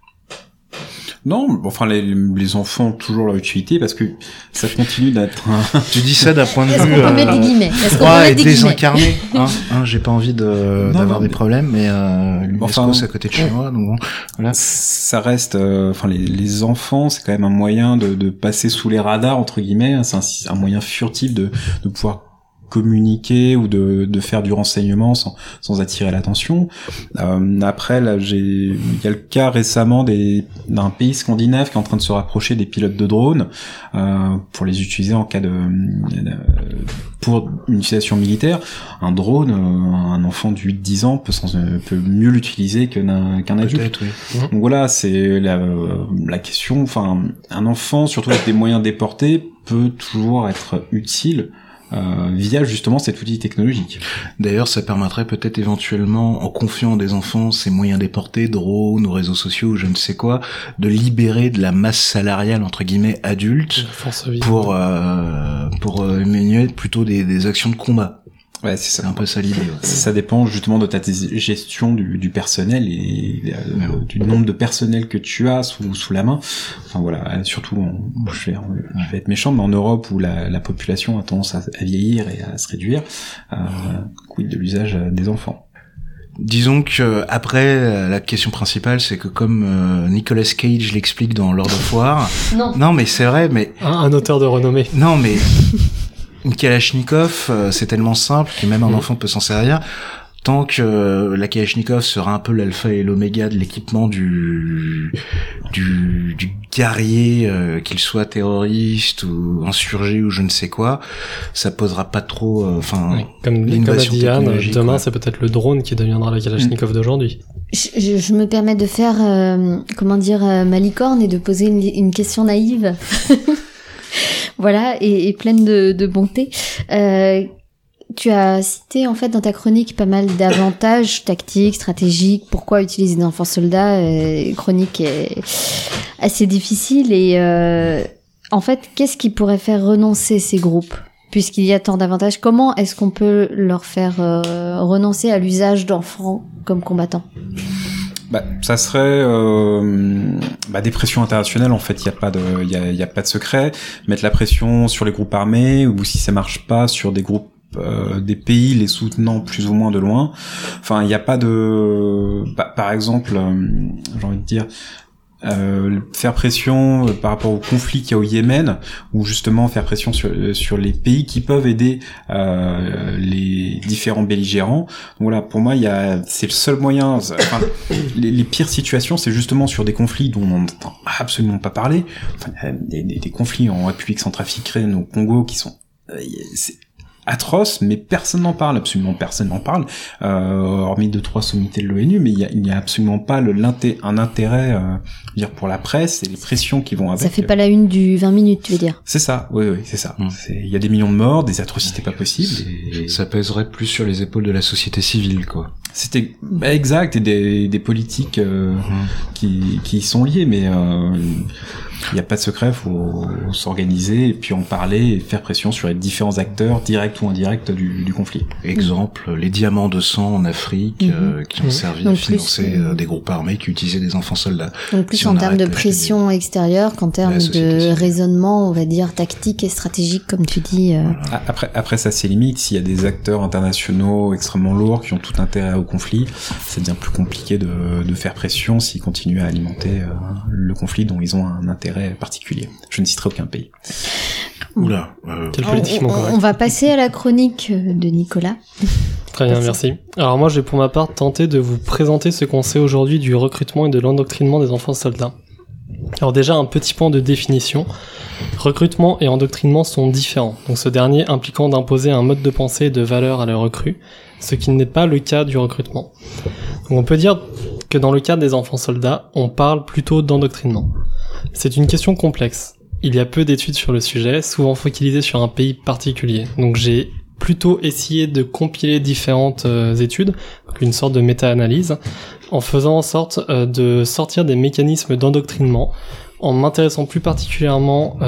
Non, enfin les enfants ont toujours leur utilité parce que ça continue d'être un... Tu dis ça d'un point de Est-ce vue qu'on peut mettre des guillemets? Est-ce qu'on peut et mettre des guillemets? désincarné, j'ai pas envie d'avoir des problèmes, mais l'UNESCO Enfin, c'est à côté de chez moi, donc bon, voilà. Ça reste, les enfants, c'est quand même un moyen de passer sous les radars entre guillemets. Hein, c'est un moyen furtif de pouvoir communiquer ou de faire du renseignement sans attirer l'attention. Après là, il y a le cas récemment d'un pays scandinave qui est en train de se rapprocher des pilotes de drones pour les utiliser en cas pour une utilisation militaire. Un drone, un enfant de 8-10 ans peut mieux l'utiliser qu'un adulte. Peut-être, oui. Donc voilà, c'est la question. Enfin, un enfant, surtout avec des moyens déportés, peut toujours être utile via justement cet outil technologique. D'ailleurs, ça permettrait peut-être éventuellement, en confiant à des enfants ces moyens déportés, drones ou réseaux sociaux ou je ne sais quoi, de libérer de la masse salariale entre guillemets adulte pour mener plutôt des actions de combat. Ouais, c'est un peu ça l'idée. Ouais. Ça dépend justement de ta gestion du personnel et du nombre de personnel que tu as sous la main. Enfin voilà, surtout, je vais être méchant, mais en Europe où la population a tendance à vieillir et à se réduire, quid de l'usage des enfants. Disons que après la question principale, c'est que comme Nicolas Cage l'explique dans Lord of War. Non, mais c'est vrai, mais un auteur de renommée. Non, mais une Kalachnikov, c'est tellement simple que même un enfant peut s'en servir. Tant que la Kalachnikov sera un peu l'alpha et l'oméga de l'équipement du guerrier, qu'il soit terroriste ou insurgé ou je ne sais quoi, ça posera pas trop, comme l'a dit Yann, demain c'est peut-être le drone qui deviendra la Kalachnikov d'aujourd'hui. Je me permets de faire, ma licorne et de poser une question naïve. Voilà, et pleine de bonté. Tu as cité en fait dans ta chronique pas mal d'avantages tactiques, stratégiques, pourquoi utiliser des enfants soldats, chronique est assez difficile et en fait, qu'est-ce qui pourrait faire renoncer ces groupes puisqu'il y a tant d'avantages? Comment est-ce qu'on peut leur faire renoncer à l'usage d'enfants comme combattants? Ça serait des pressions internationales. En fait, il y a pas de secret. Mettre la pression sur les groupes armés ou si ça marche pas sur des groupes des pays les soutenant plus ou moins de loin. Enfin, il n'y a pas de par exemple, j'ai envie de dire faire pression par rapport au conflit qu'il y a au Yémen, ou justement faire pression sur les pays qui peuvent aider les différents belligérants. Donc voilà, pour moi, c'est le seul moyen. Enfin, les pires situations, c'est justement sur des conflits dont on n'entend absolument pas parler. Enfin, des conflits en République centrafricaine, au Congo, qui sont c'est atroce, mais personne n'en parle, absolument personne n'en parle, hormis 2-3 sommités de l'ONU, mais il n'y a absolument pas un intérêt dire pour la presse et les pressions qui vont avec. Ça fait pas la une du 20 minutes, tu veux dire? C'est ça, oui, c'est ça. Il y a des millions de morts, des atrocités pas possibles. Et ça pèserait plus sur les épaules de la société civile, quoi. C'était exact, et des politiques qui y sont liées, mais il n'y a pas de secret, faut s'organiser et puis en parler et faire pression sur les différents acteurs, directs ou indirects du conflit. Exemple, les diamants de sang en Afrique qui ont servi à financer des groupes armés qui utilisaient des enfants soldats. Donc plus en termes de pression extérieure qu'en termes de raisonnement, on va dire, tactique et stratégique, comme tu dis. Voilà. Après ça c'est limite, s'il y a des acteurs internationaux extrêmement lourds qui ont tout intérêt au conflit, ça devient plus compliqué de faire pression s'ils continuent à alimenter le conflit dont ils ont un intérêt particulier. Je ne citerai aucun pays. Oula. Quel politiquement correct. On va passer à la chronique de Nicolas. Très bien, merci. Alors moi, j'ai pour ma part tenté de vous présenter ce qu'on sait aujourd'hui du recrutement et de l'endoctrinement des enfants soldats. Alors déjà, un petit point de définition. Recrutement et endoctrinement sont différents. Donc ce dernier impliquant d'imposer un mode de pensée et de valeurs à leurs recrues, ce qui n'est pas le cas du recrutement. Donc on peut dire que dans le cadre des enfants soldats, on parle plutôt d'endoctrinement. C'est une question complexe. Il y a peu d'études sur le sujet, souvent focalisées sur un pays particulier. Donc j'ai plutôt essayé de compiler différentes études, donc une sorte de méta-analyse, en faisant en sorte de sortir des mécanismes d'endoctrinement, en m'intéressant plus particulièrement,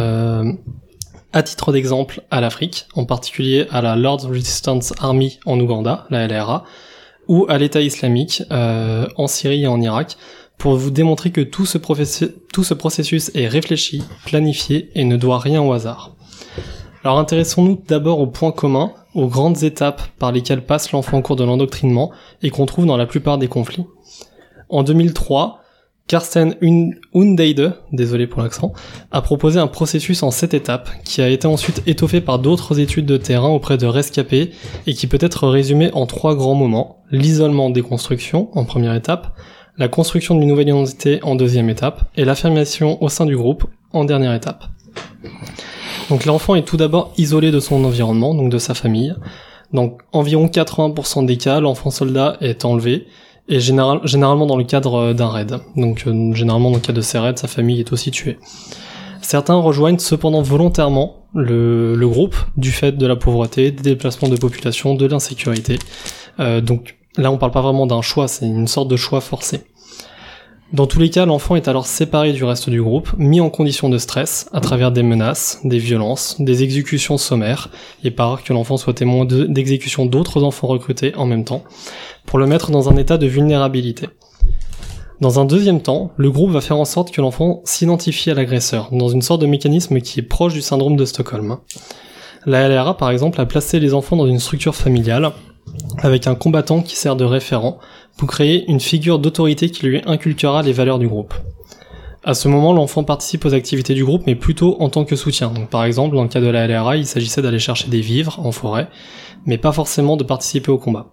à titre d'exemple, à l'Afrique, en particulier à la Lord's Resistance Army en Ouganda, la LRA, ou à l'État islamique en Syrie et en Irak, pour vous démontrer que tout ce processus est réfléchi, planifié et ne doit rien au hasard. Alors intéressons-nous d'abord aux points communs, aux grandes étapes par lesquelles passe l'enfant au cours de l'endoctrinement et qu'on trouve dans la plupart des conflits. En 2003, Karsten Hundeide, désolé pour l'accent, a proposé un processus en 7 étapes qui a été ensuite étoffé par d'autres études de terrain auprès de rescapés et qui peut être résumé en 3 grands moments: l'isolement-déconstruction en première étape, la construction d'une nouvelle identité en deuxième étape et l'affirmation au sein du groupe en dernière étape. Donc l'enfant est tout d'abord isolé de son environnement, donc de sa famille. Dans environ 80% des cas, l'enfant soldat est enlevé, et généralement dans le cadre d'un raid. Donc généralement dans le cadre de ces raids, sa famille est aussi tuée. Certains rejoignent cependant volontairement le groupe, du fait de la pauvreté, des déplacements de population, de l'insécurité. Donc là on parle pas vraiment d'un choix, c'est une sorte de choix forcé. Dans tous les cas, l'enfant est alors séparé du reste du groupe, mis en condition de stress, à travers des menaces, des violences, des exécutions sommaires, et par rare que l'enfant soit témoin d'exécutions d'autres enfants recrutés en même temps, pour le mettre dans un état de vulnérabilité. Dans un deuxième temps, le groupe va faire en sorte que l'enfant s'identifie à l'agresseur, dans une sorte de mécanisme qui est proche du syndrome de Stockholm. La LRA, par exemple, a placé les enfants dans une structure familiale, avec un combattant qui sert de référent, pour créer une figure d'autorité qui lui inculquera les valeurs du groupe. À ce moment, l'enfant participe aux activités du groupe, mais plutôt en tant que soutien. Donc, par exemple, dans le cas de la LRA, il s'agissait d'aller chercher des vivres en forêt, mais pas forcément de participer au combat.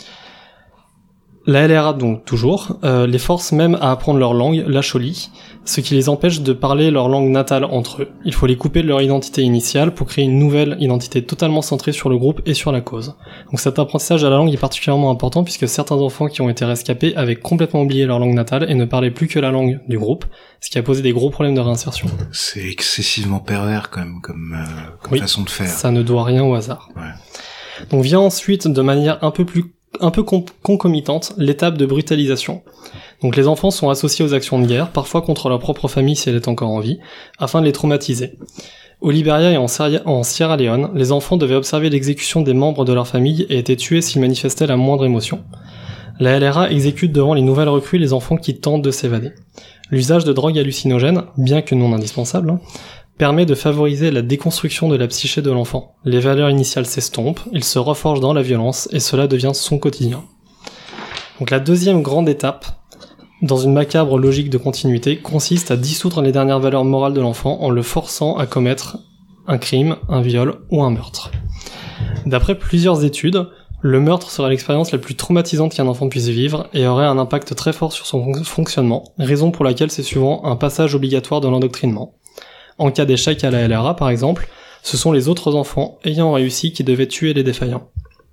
La LRA, donc, toujours, les force même à apprendre leur langue, la choli, ce qui les empêche de parler leur langue natale entre eux. Il faut les couper de leur identité initiale pour créer une nouvelle identité totalement centrée sur le groupe et sur la cause. Donc cet apprentissage de la langue est particulièrement important puisque certains enfants qui ont été rescapés avaient complètement oublié leur langue natale et ne parlaient plus que la langue du groupe, ce qui a posé des gros problèmes de réinsertion. C'est excessivement pervers quand même comme oui, façon de faire. Ça ne doit rien au hasard. Ouais. Donc vient ensuite, de manière un peu concomitante, l'étape de brutalisation. Donc les enfants sont associés aux actions de guerre, parfois contre leur propre famille si elle est encore en vie, afin de les traumatiser. Au Liberia et en Sierra Leone, les enfants devaient observer l'exécution des membres de leur famille et étaient tués s'ils manifestaient la moindre émotion. La LRA exécute devant les nouvelles recrues les enfants qui tentent de s'évader. L'usage de drogues hallucinogènes, bien que non indispensable, permet de favoriser la déconstruction de la psyché de l'enfant. Les valeurs initiales s'estompent, il se reforge dans la violence et cela devient son quotidien. Donc la deuxième grande étape, dans une macabre logique de continuité, consiste à dissoudre les dernières valeurs morales de l'enfant en le forçant à commettre un crime, un viol ou un meurtre. D'après plusieurs études, le meurtre serait l'expérience la plus traumatisante qu'un enfant puisse vivre et aurait un impact très fort sur son fonctionnement, raison pour laquelle c'est souvent un passage obligatoire de l'endoctrinement. En cas d'échec à la LRA, par exemple, ce sont les autres enfants ayant réussi qui devaient tuer les défaillants.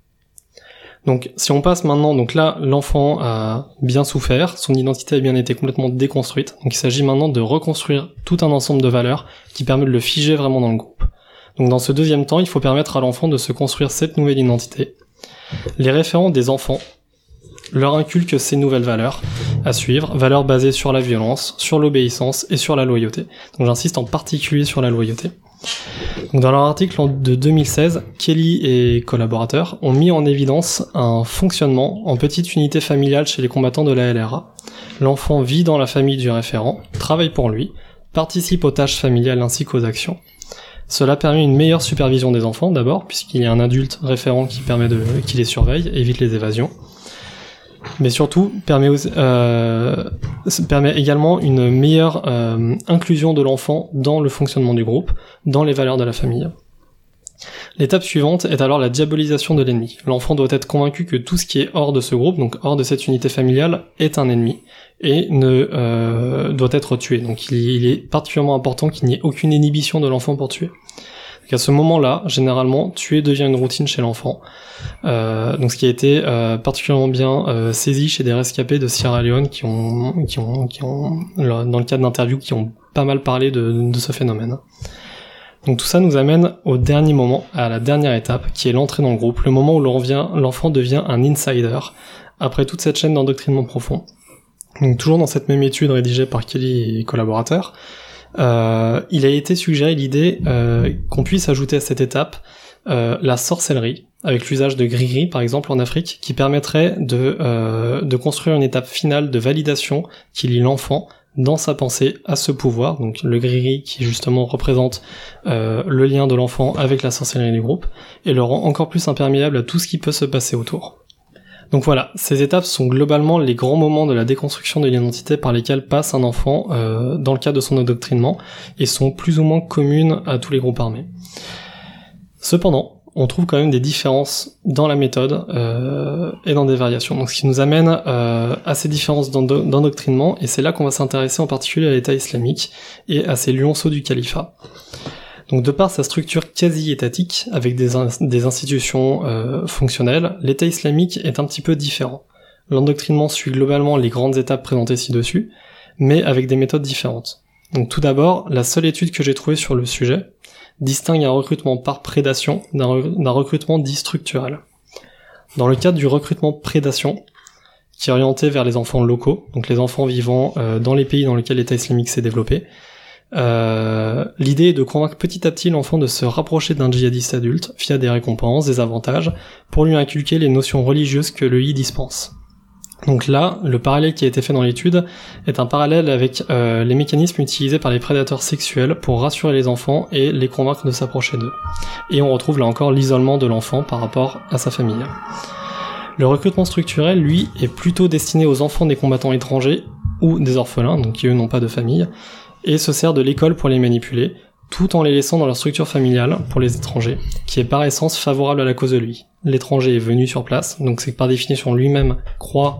Donc, si on passe maintenant, donc là, l'enfant a bien souffert, son identité a bien été complètement déconstruite, donc il s'agit maintenant de reconstruire tout un ensemble de valeurs qui permet de le figer vraiment dans le groupe. Donc dans ce deuxième temps, il faut permettre à l'enfant de se construire cette nouvelle identité. Les référents des enfants leur inculquent ces nouvelles valeurs à suivre, valeurs basées sur la violence, sur l'obéissance et sur la loyauté. Donc j'insiste en particulier sur la loyauté. Donc dans leur article de 2016, Kelly et collaborateurs ont mis en évidence un fonctionnement en petite unité familiale chez les combattants de la LRA. L'enfant vit dans la famille du référent, travaille pour lui, participe aux tâches familiales ainsi qu'aux actions. Cela permet une meilleure supervision des enfants d'abord, puisqu'il y a un adulte référent qui les surveille, évite les évasions. Mais surtout, permet également une meilleure inclusion de l'enfant dans le fonctionnement du groupe, dans les valeurs de la famille. L'étape suivante est alors la diabolisation de l'ennemi. L'enfant doit être convaincu que tout ce qui est hors de ce groupe, donc hors de cette unité familiale, est un ennemi, et doit être tué. Donc il est particulièrement important qu'il n'y ait aucune inhibition de l'enfant pour tuer. Donc à ce moment-là, généralement, tuer devient une routine chez l'enfant. Donc ce qui a été particulièrement bien saisi chez des rescapés de Sierra Leone qui ont dans le cadre d'interviews qui ont pas mal parlé de ce phénomène. Donc tout ça nous amène au dernier moment, à la dernière étape, qui est l'entrée dans le groupe, le moment où l'enfant devient un insider, après toute cette chaîne d'endoctrinement profond. Donc toujours dans cette même étude rédigée par Kelly et collaborateurs, il a été suggéré l'idée qu'on puisse ajouter à cette étape la sorcellerie, avec l'usage de grigri par exemple en Afrique, qui permettrait de construire une étape finale de validation qui lie l'enfant dans sa pensée à ce pouvoir, donc le grigri qui justement représente le lien de l'enfant avec la sorcellerie du groupe, et le rend encore plus imperméable à tout ce qui peut se passer autour. Donc voilà, ces étapes sont globalement les grands moments de la déconstruction de l'identité par lesquels passe un enfant dans le cadre de son endoctrinement, et sont plus ou moins communes à tous les groupes armés. Cependant, on trouve quand même des différences dans la méthode et dans des variations. Donc ce qui nous amène à ces différences d'endoctrinement, et c'est là qu'on va s'intéresser en particulier à l'État islamique et à ces lionceaux du califat. Donc de par sa structure quasi-étatique, avec des institutions fonctionnelles, l'État islamique est un petit peu différent. L'endoctrinement suit globalement les grandes étapes présentées ci-dessus, mais avec des méthodes différentes. Donc tout d'abord, la seule étude que j'ai trouvée sur le sujet distingue un recrutement par prédation d'un recrutement dit structurel. Dans le cadre du recrutement prédation, qui est orienté vers les enfants locaux, donc les enfants vivant dans les pays dans lesquels l'État islamique s'est développé, l'idée est de convaincre petit à petit l'enfant de se rapprocher d'un djihadiste adulte via des récompenses, des avantages, pour lui inculquer les notions religieuses que l'EI dispense. Donc là, le parallèle qui a été fait dans l'étude est un parallèle avec les mécanismes utilisés par les prédateurs sexuels pour rassurer les enfants et les convaincre de s'approcher d'eux. Et on retrouve là encore l'isolement de l'enfant par rapport à sa famille. Le recrutement structurel, lui, est plutôt destiné aux enfants des combattants étrangers ou des orphelins, donc qui eux n'ont pas de famille, et se sert de l'école pour les manipuler, tout en les laissant dans leur structure familiale pour les étrangers, qui est par essence favorable à la cause de lui. L'étranger est venu sur place, donc c'est que par définition lui-même croit,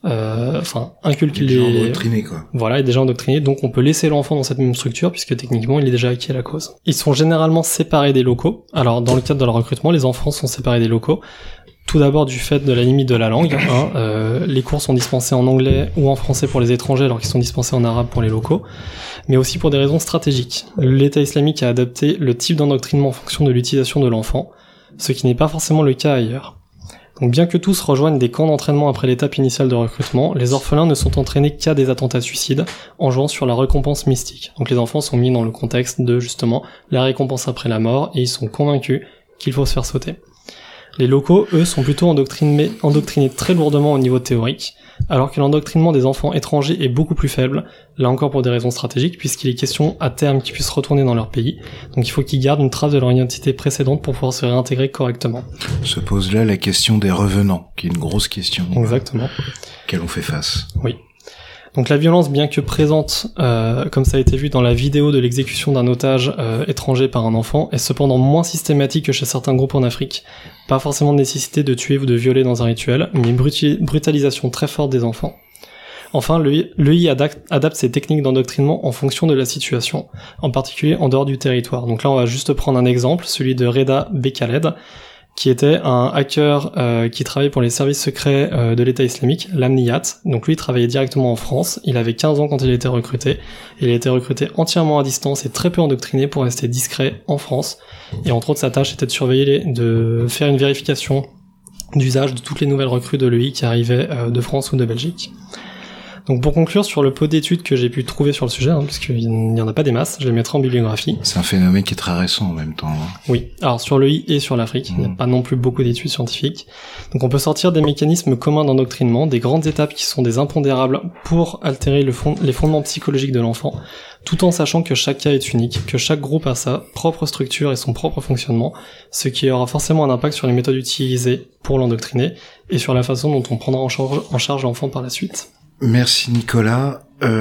inculque les... Déjà endoctriné, quoi. Voilà, il est déjà endoctriné, donc on peut laisser l'enfant dans cette même structure, puisque techniquement il est déjà acquis à la cause. Ils sont généralement séparés des locaux. Alors dans le cadre de leur recrutement, les enfants sont séparés des locaux. Tout d'abord du fait de la limite de la langue, les cours sont dispensés en anglais ou en français pour les étrangers alors qu'ils sont dispensés en arabe pour les locaux, mais aussi pour des raisons stratégiques. L'État islamique a adapté le type d'endoctrinement en fonction de l'utilisation de l'enfant, ce qui n'est pas forcément le cas ailleurs. Donc bien que tous rejoignent des camps d'entraînement après l'étape initiale de recrutement, les orphelins ne sont entraînés qu'à des attentats suicides en jouant sur la récompense mystique. Donc les enfants sont mis dans le contexte de justement la récompense après la mort et ils sont convaincus qu'il faut se faire sauter. Les locaux, eux, sont plutôt endoctrinés très lourdement au niveau théorique, alors que l'endoctrinement des enfants étrangers est beaucoup plus faible, là encore pour des raisons stratégiques, puisqu'il est question à terme qu'ils puissent retourner dans leur pays, donc il faut qu'ils gardent une trace de leur identité précédente pour pouvoir se réintégrer correctement. Se pose là la question des revenants, qui est une grosse question. Exactement. Auquel on fait face. Oui. Donc la violence, bien que présente, comme ça a été vu dans la vidéo de l'exécution d'un otage étranger par un enfant, est cependant moins systématique que chez certains groupes en Afrique. Pas forcément de nécessité de tuer ou de violer dans un rituel, mais une brutalisation très forte des enfants. Enfin, l'EI adapte ses techniques d'endoctrinement en fonction de la situation, en particulier en dehors du territoire. Donc là, on va juste prendre un exemple, celui de Reda Bekaled, qui était un hacker qui travaillait pour les services secrets de l'État islamique, l'Amniyat. Donc lui, il travaillait directement en France. Il avait 15 ans quand il a été recruté. Il a été recruté entièrement à distance et très peu endoctriné pour rester discret en France. Et entre autres, sa tâche était de surveiller, de faire une vérification d'usage de toutes les nouvelles recrues de l'EI qui arrivaient de France ou de Belgique. Donc pour conclure sur le peu d'études que j'ai pu trouver sur le sujet, puisqu'il n'y en a pas des masses, je les mettrai en bibliographie. C'est un phénomène qui est très récent en même temps. Oui, alors sur l'EI et sur l'Afrique, il n'y a pas non plus beaucoup d'études scientifiques. Donc on peut sortir des mécanismes communs d'endoctrinement, des grandes étapes qui sont des impondérables pour altérer les fondements psychologiques de l'enfant, tout en sachant que chaque cas est unique, que chaque groupe a sa propre structure et son propre fonctionnement, ce qui aura forcément un impact sur les méthodes utilisées pour l'endoctriner et sur la façon dont on prendra en charge l'enfant par la suite. Merci Nicolas.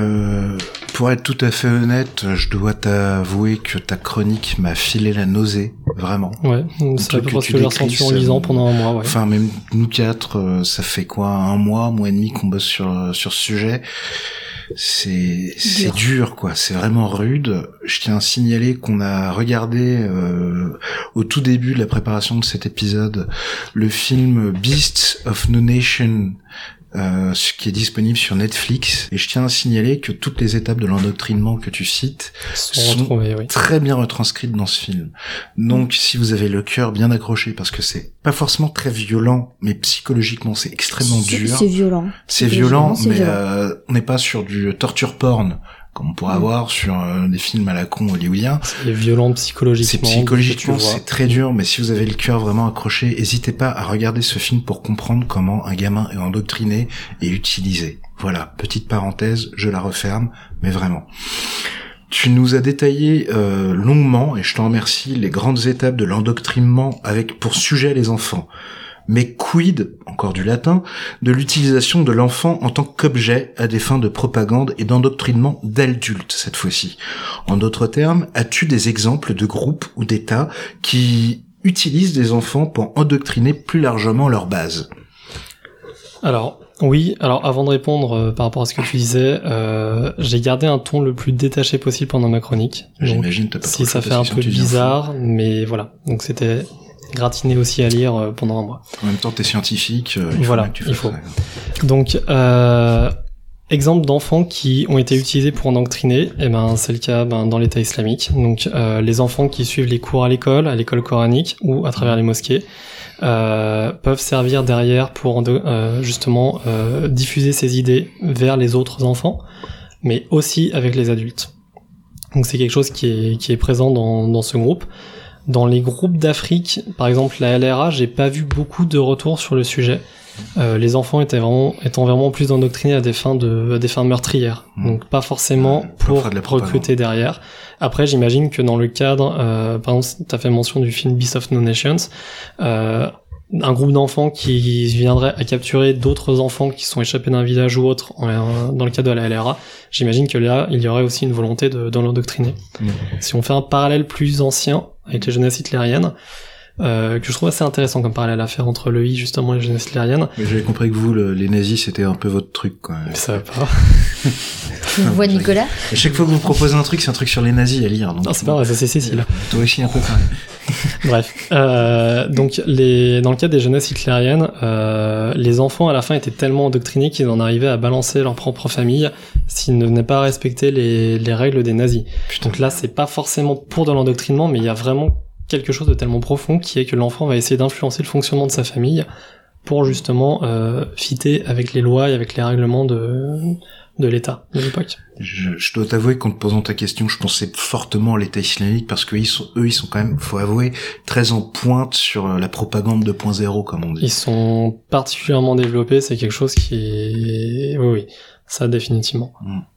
Pour être tout à fait honnête, je dois t'avouer que ta chronique m'a filé la nausée, vraiment. Ouais, c'est à peu près ce que j'ai ressenti en lisant pendant un mois, ouais. Enfin, même nous quatre, ça fait quoi, un mois et demi qu'on bosse sur ce sujet. c'est dur, quoi. C'est vraiment rude. Je tiens à signaler qu'on a regardé au tout début de la préparation de cet épisode le film Beasts of No Nation, qui est disponible sur Netflix, et je tiens à signaler que toutes les étapes de l'endoctrinement que tu cites sont très bien retranscrites dans ce film. Donc si vous avez le cœur bien accroché, parce que c'est pas forcément très violent, mais psychologiquement c'est extrêmement dur. C'est violent. C'est violent, mais on n'est pas sur du torture porn comme on pourrait avoir sur des films à la con hollywoodiens. C'est violent psychologiquement. C'est très dur, mais si vous avez le cœur vraiment accroché, n'hésitez pas à regarder ce film pour comprendre comment un gamin est endoctriné et utilisé. Voilà, petite parenthèse, je la referme, mais vraiment. Tu nous as détaillé longuement, et je t'en remercie, les grandes étapes de l'endoctrinement avec pour sujet les enfants. Mais quid, encore du latin, de l'utilisation de l'enfant en tant qu'objet à des fins de propagande et d'endoctrinement d'adultes, cette fois-ci? En d'autres termes, as-tu des exemples de groupes ou d'États qui utilisent des enfants pour endoctriner plus largement leur base? Alors, oui. Alors, avant de répondre par rapport à ce que tu disais, j'ai gardé un ton le plus détaché possible pendant ma chronique. J'imagine t'as pas si ça fait un peu bizarre, mais voilà. Donc c'était gratiné aussi à lire pendant un mois. En même temps, t'es scientifique. Il faut. Donc, exemple d'enfants qui ont été utilisés pour endoctriner, c'est le cas dans l'État islamique. Donc, les enfants qui suivent les cours à l'école coranique ou à travers les mosquées, peuvent servir derrière pour justement diffuser ces idées vers les autres enfants, mais aussi avec les adultes. Donc, c'est quelque chose qui est présent dans ce groupe. Dans les groupes d'Afrique, par exemple la LRA, j'ai pas vu beaucoup de retours sur le sujet. Les enfants étant vraiment plus endoctrinés à des fins meurtrières, donc pas forcément pour recruter derrière. Après, j'imagine que dans le cadre, par exemple, t'as fait mention du film Beasts of No Nations, un groupe d'enfants qui viendrait à capturer d'autres enfants qui sont échappés d'un village ou autre dans le cadre de la LRA, j'imagine que là, il y aurait aussi une volonté de l'endoctriner. Si on fait un parallèle plus ancien avec les jeunesses hitlériennes, que je trouve assez intéressant comme parallèle à faire entre l'EI justement et les jeunesses hitlériennes. Mais j'avais compris que vous, les nazis, c'était un peu votre truc, quoi. Mais ça va pas. Tu vois Nicolas? À chaque fois que vous proposez un truc, c'est un truc sur les nazis à lire. Donc non, c'est pas vrai, ça c'est Cécile. Toi aussi un peu pareil. Bref, donc dans le cas des jeunesses hitlériennes, les enfants à la fin étaient tellement endoctrinés qu'ils en arrivaient à balancer leur propre famille s'ils ne venaient pas respecter les règles des nazis. Putain. Donc là, c'est pas forcément pour de l'endoctrinement, mais il y a vraiment quelque chose de tellement profond qui est que l'enfant va essayer d'influencer le fonctionnement de sa famille pour justement fitter avec les lois et avec les règlements de l'État de l'époque. Je dois t'avouer qu'en te posant ta question, je pensais fortement à l'État islamique parce que ils sont quand même, faut avouer, très en pointe sur la propagande 2.0, comme on dit. Ils sont particulièrement développés, c'est quelque chose qui est... Oui, ça définitivement.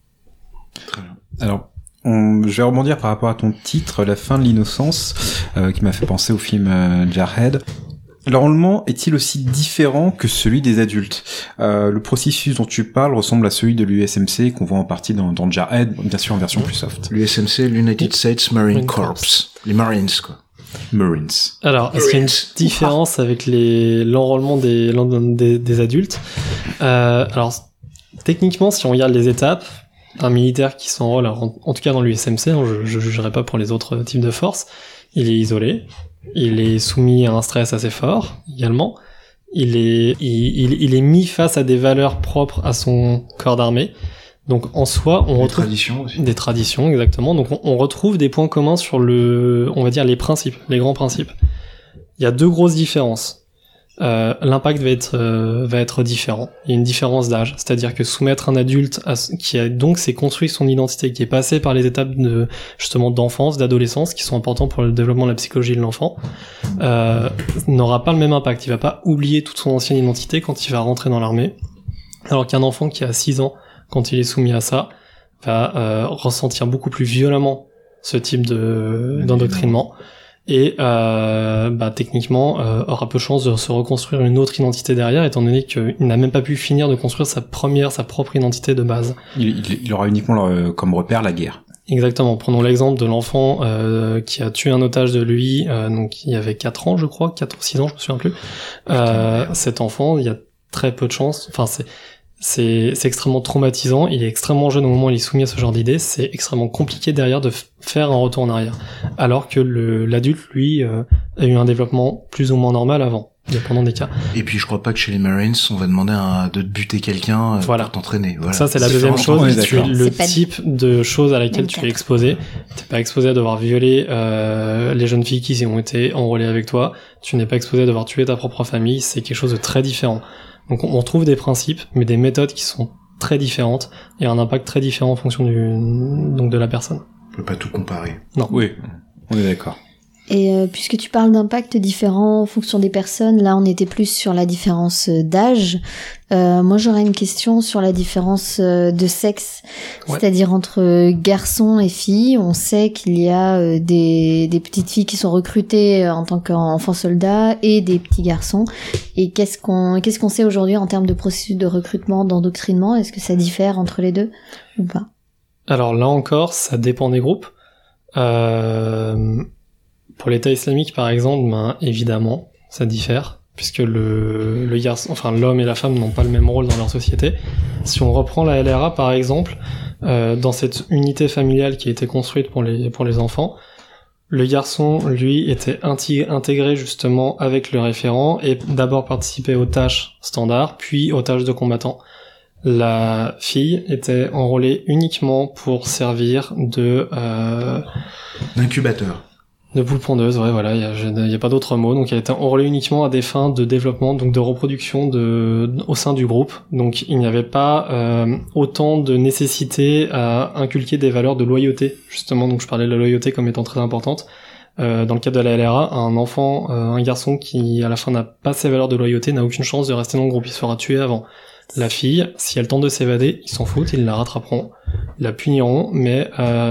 Très bien. Alors, je vais rebondir par rapport à ton titre, La fin de l'innocence, qui m'a fait penser au film Jarhead. L'enrôlement est-il aussi différent que celui des adultes? Le processus dont tu parles ressemble à celui de l'USMC qu'on voit en partie dans Jarhead, bien sûr en version plus soft. L'USMC, l'United States Marine Corps. Les Marines, quoi. Marines. Alors, est-ce qu'il y a une différence avec l'enrôlement des adultes? Alors, techniquement, si on regarde les étapes, un militaire qui s'enrôle, en tout cas dans l'USMC, je jugerai pas pour les autres types de forces, il est isolé, il est soumis à un stress assez fort également, il est mis face à des valeurs propres à son corps d'armée. Donc en soi, on retrouve des traditions exactement. Donc on retrouve des points communs sur on va dire les principes, les grands principes. Il y a deux grosses différences. L'impact va être différent. Il y a une différence d'âge, c'est-à-dire que soumettre un adulte qui a donc s'est construit son identité, qui est passé par les étapes justement d'enfance, d'adolescence, qui sont importantes pour le développement de la psychologie de l'enfant, n'aura pas le même impact. Il va pas oublier toute son ancienne identité quand il va rentrer dans l'armée, alors qu'un enfant qui a 6 ans, quand il est soumis à ça, va ressentir beaucoup plus violemment ce type d'endoctrinement. Et techniquement aura peu de chance de se reconstruire une autre identité derrière, étant donné qu'il n'a même pas pu finir de construire sa propre identité de base. Il aura uniquement comme repère la guerre. Exactement. Prenons l'exemple de l'enfant qui a tué un otage de lui, donc il y avait 4 ans je crois, 4 ou 6 ans, je me souviens plus. Cet enfant, il y a très peu de chances, enfin c'est extrêmement traumatisant, il est extrêmement jeune au moment où il est soumis à ce genre d'idées, c'est extrêmement compliqué derrière de faire un retour en arrière. Alors que l'adulte, lui, a eu un développement plus ou moins normal avant, dépendant des cas. Et puis je crois pas que chez les Marines, on va demander de te buter quelqu'un pour t'entraîner. Voilà. Ça, c'est la deuxième chose, le type de choses à laquelle tu es exposé. T'es pas exposé à devoir violer les jeunes filles qui ont été enrôlées avec toi, tu n'es pas exposé à devoir tuer ta propre famille, c'est quelque chose de très différent. Donc on trouve des principes, mais des méthodes qui sont très différentes et un impact très différent en fonction de la personne. On peut pas tout comparer. Non. Oui, on est d'accord. Et puisque tu parles d'impact différents en fonction des personnes, là on était plus sur la différence d'âge. Moi j'aurais une question sur la différence de sexe, c'est-à-dire entre garçons et filles. On sait qu'il y a des petites filles qui sont recrutées en tant qu'enfants soldats et des petits garçons. Et qu'est-ce qu'on sait aujourd'hui en termes de processus de recrutement, d'endoctrinement? Est-ce que ça diffère entre les deux ou pas? Alors là encore, ça dépend des groupes. Pour l'État islamique, par exemple, évidemment, ça diffère, puisque le garçon, enfin l'homme et la femme n'ont pas le même rôle dans leur société. Si on reprend la LRA, par exemple, dans cette unité familiale qui a été construite pour les enfants, le garçon, lui, était intégré justement avec le référent et d'abord participait aux tâches standards, puis aux tâches de combattant. La fille était enrôlée uniquement pour servir d'incubateur. De poule pondeuse, ouais, voilà, il y a pas d'autre mot. Donc, elle était enrôlée uniquement à des fins de développement, donc de reproduction au sein du groupe. Donc, il n'y avait pas autant de nécessité à inculquer des valeurs de loyauté, justement. Donc, je parlais de la loyauté comme étant très importante. Dans le cadre de la LRA, un garçon qui, à la fin, n'a pas ces valeurs de loyauté, n'a aucune chance de rester dans le groupe. Il sera tué avant. La fille, si elle tente de s'évader, ils s'en foutent, ils la rattraperont, ils la puniront, mais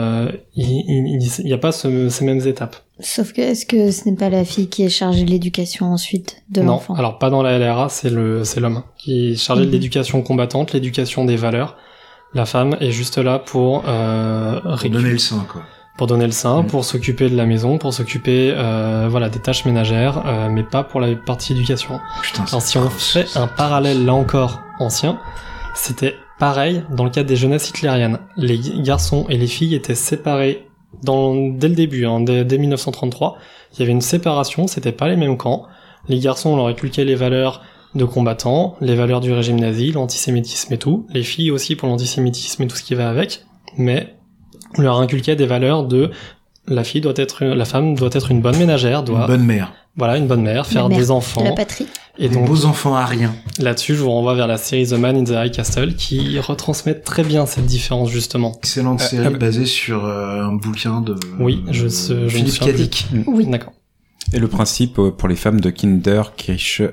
il n'y a pas ces mêmes étapes. Sauf que, est-ce que ce n'est pas la fille qui est chargée de l'éducation ensuite de l'enfant? Non, alors pas dans la LRA, c'est l'homme qui est chargé de l'éducation combattante, l'éducation des valeurs. La femme est juste là pour donner le sein, quoi. Pour donner le sein, pour s'occuper de la maison, pour s'occuper des tâches ménagères, mais pas pour la partie éducation. Putain, alors si on fait un parallèle là encore ancien, c'était pareil dans le cadre des jeunesses hitlériennes. Les garçons et les filles étaient séparés dès le début, dès 1933. Il y avait une séparation, c'était pas les mêmes camps. Les garçons, on leur inculquait les valeurs de combattants, les valeurs du régime nazi, l'antisémitisme et tout. Les filles aussi pour l'antisémitisme et tout ce qui va avec. Mais on leur inculquait des valeurs de la femme doit être une bonne ménagère, une bonne mère. Voilà, une bonne mère, faire des enfants. La patrie. Et donc, beaux enfants ariens. Là-dessus, je vous renvoie vers la série The Man in the High Castle qui retransmet très bien cette différence, justement. Excellente série basée sur un bouquin de Philippe Cadic. Oui, d'accord. Et le principe pour les femmes de Kirche,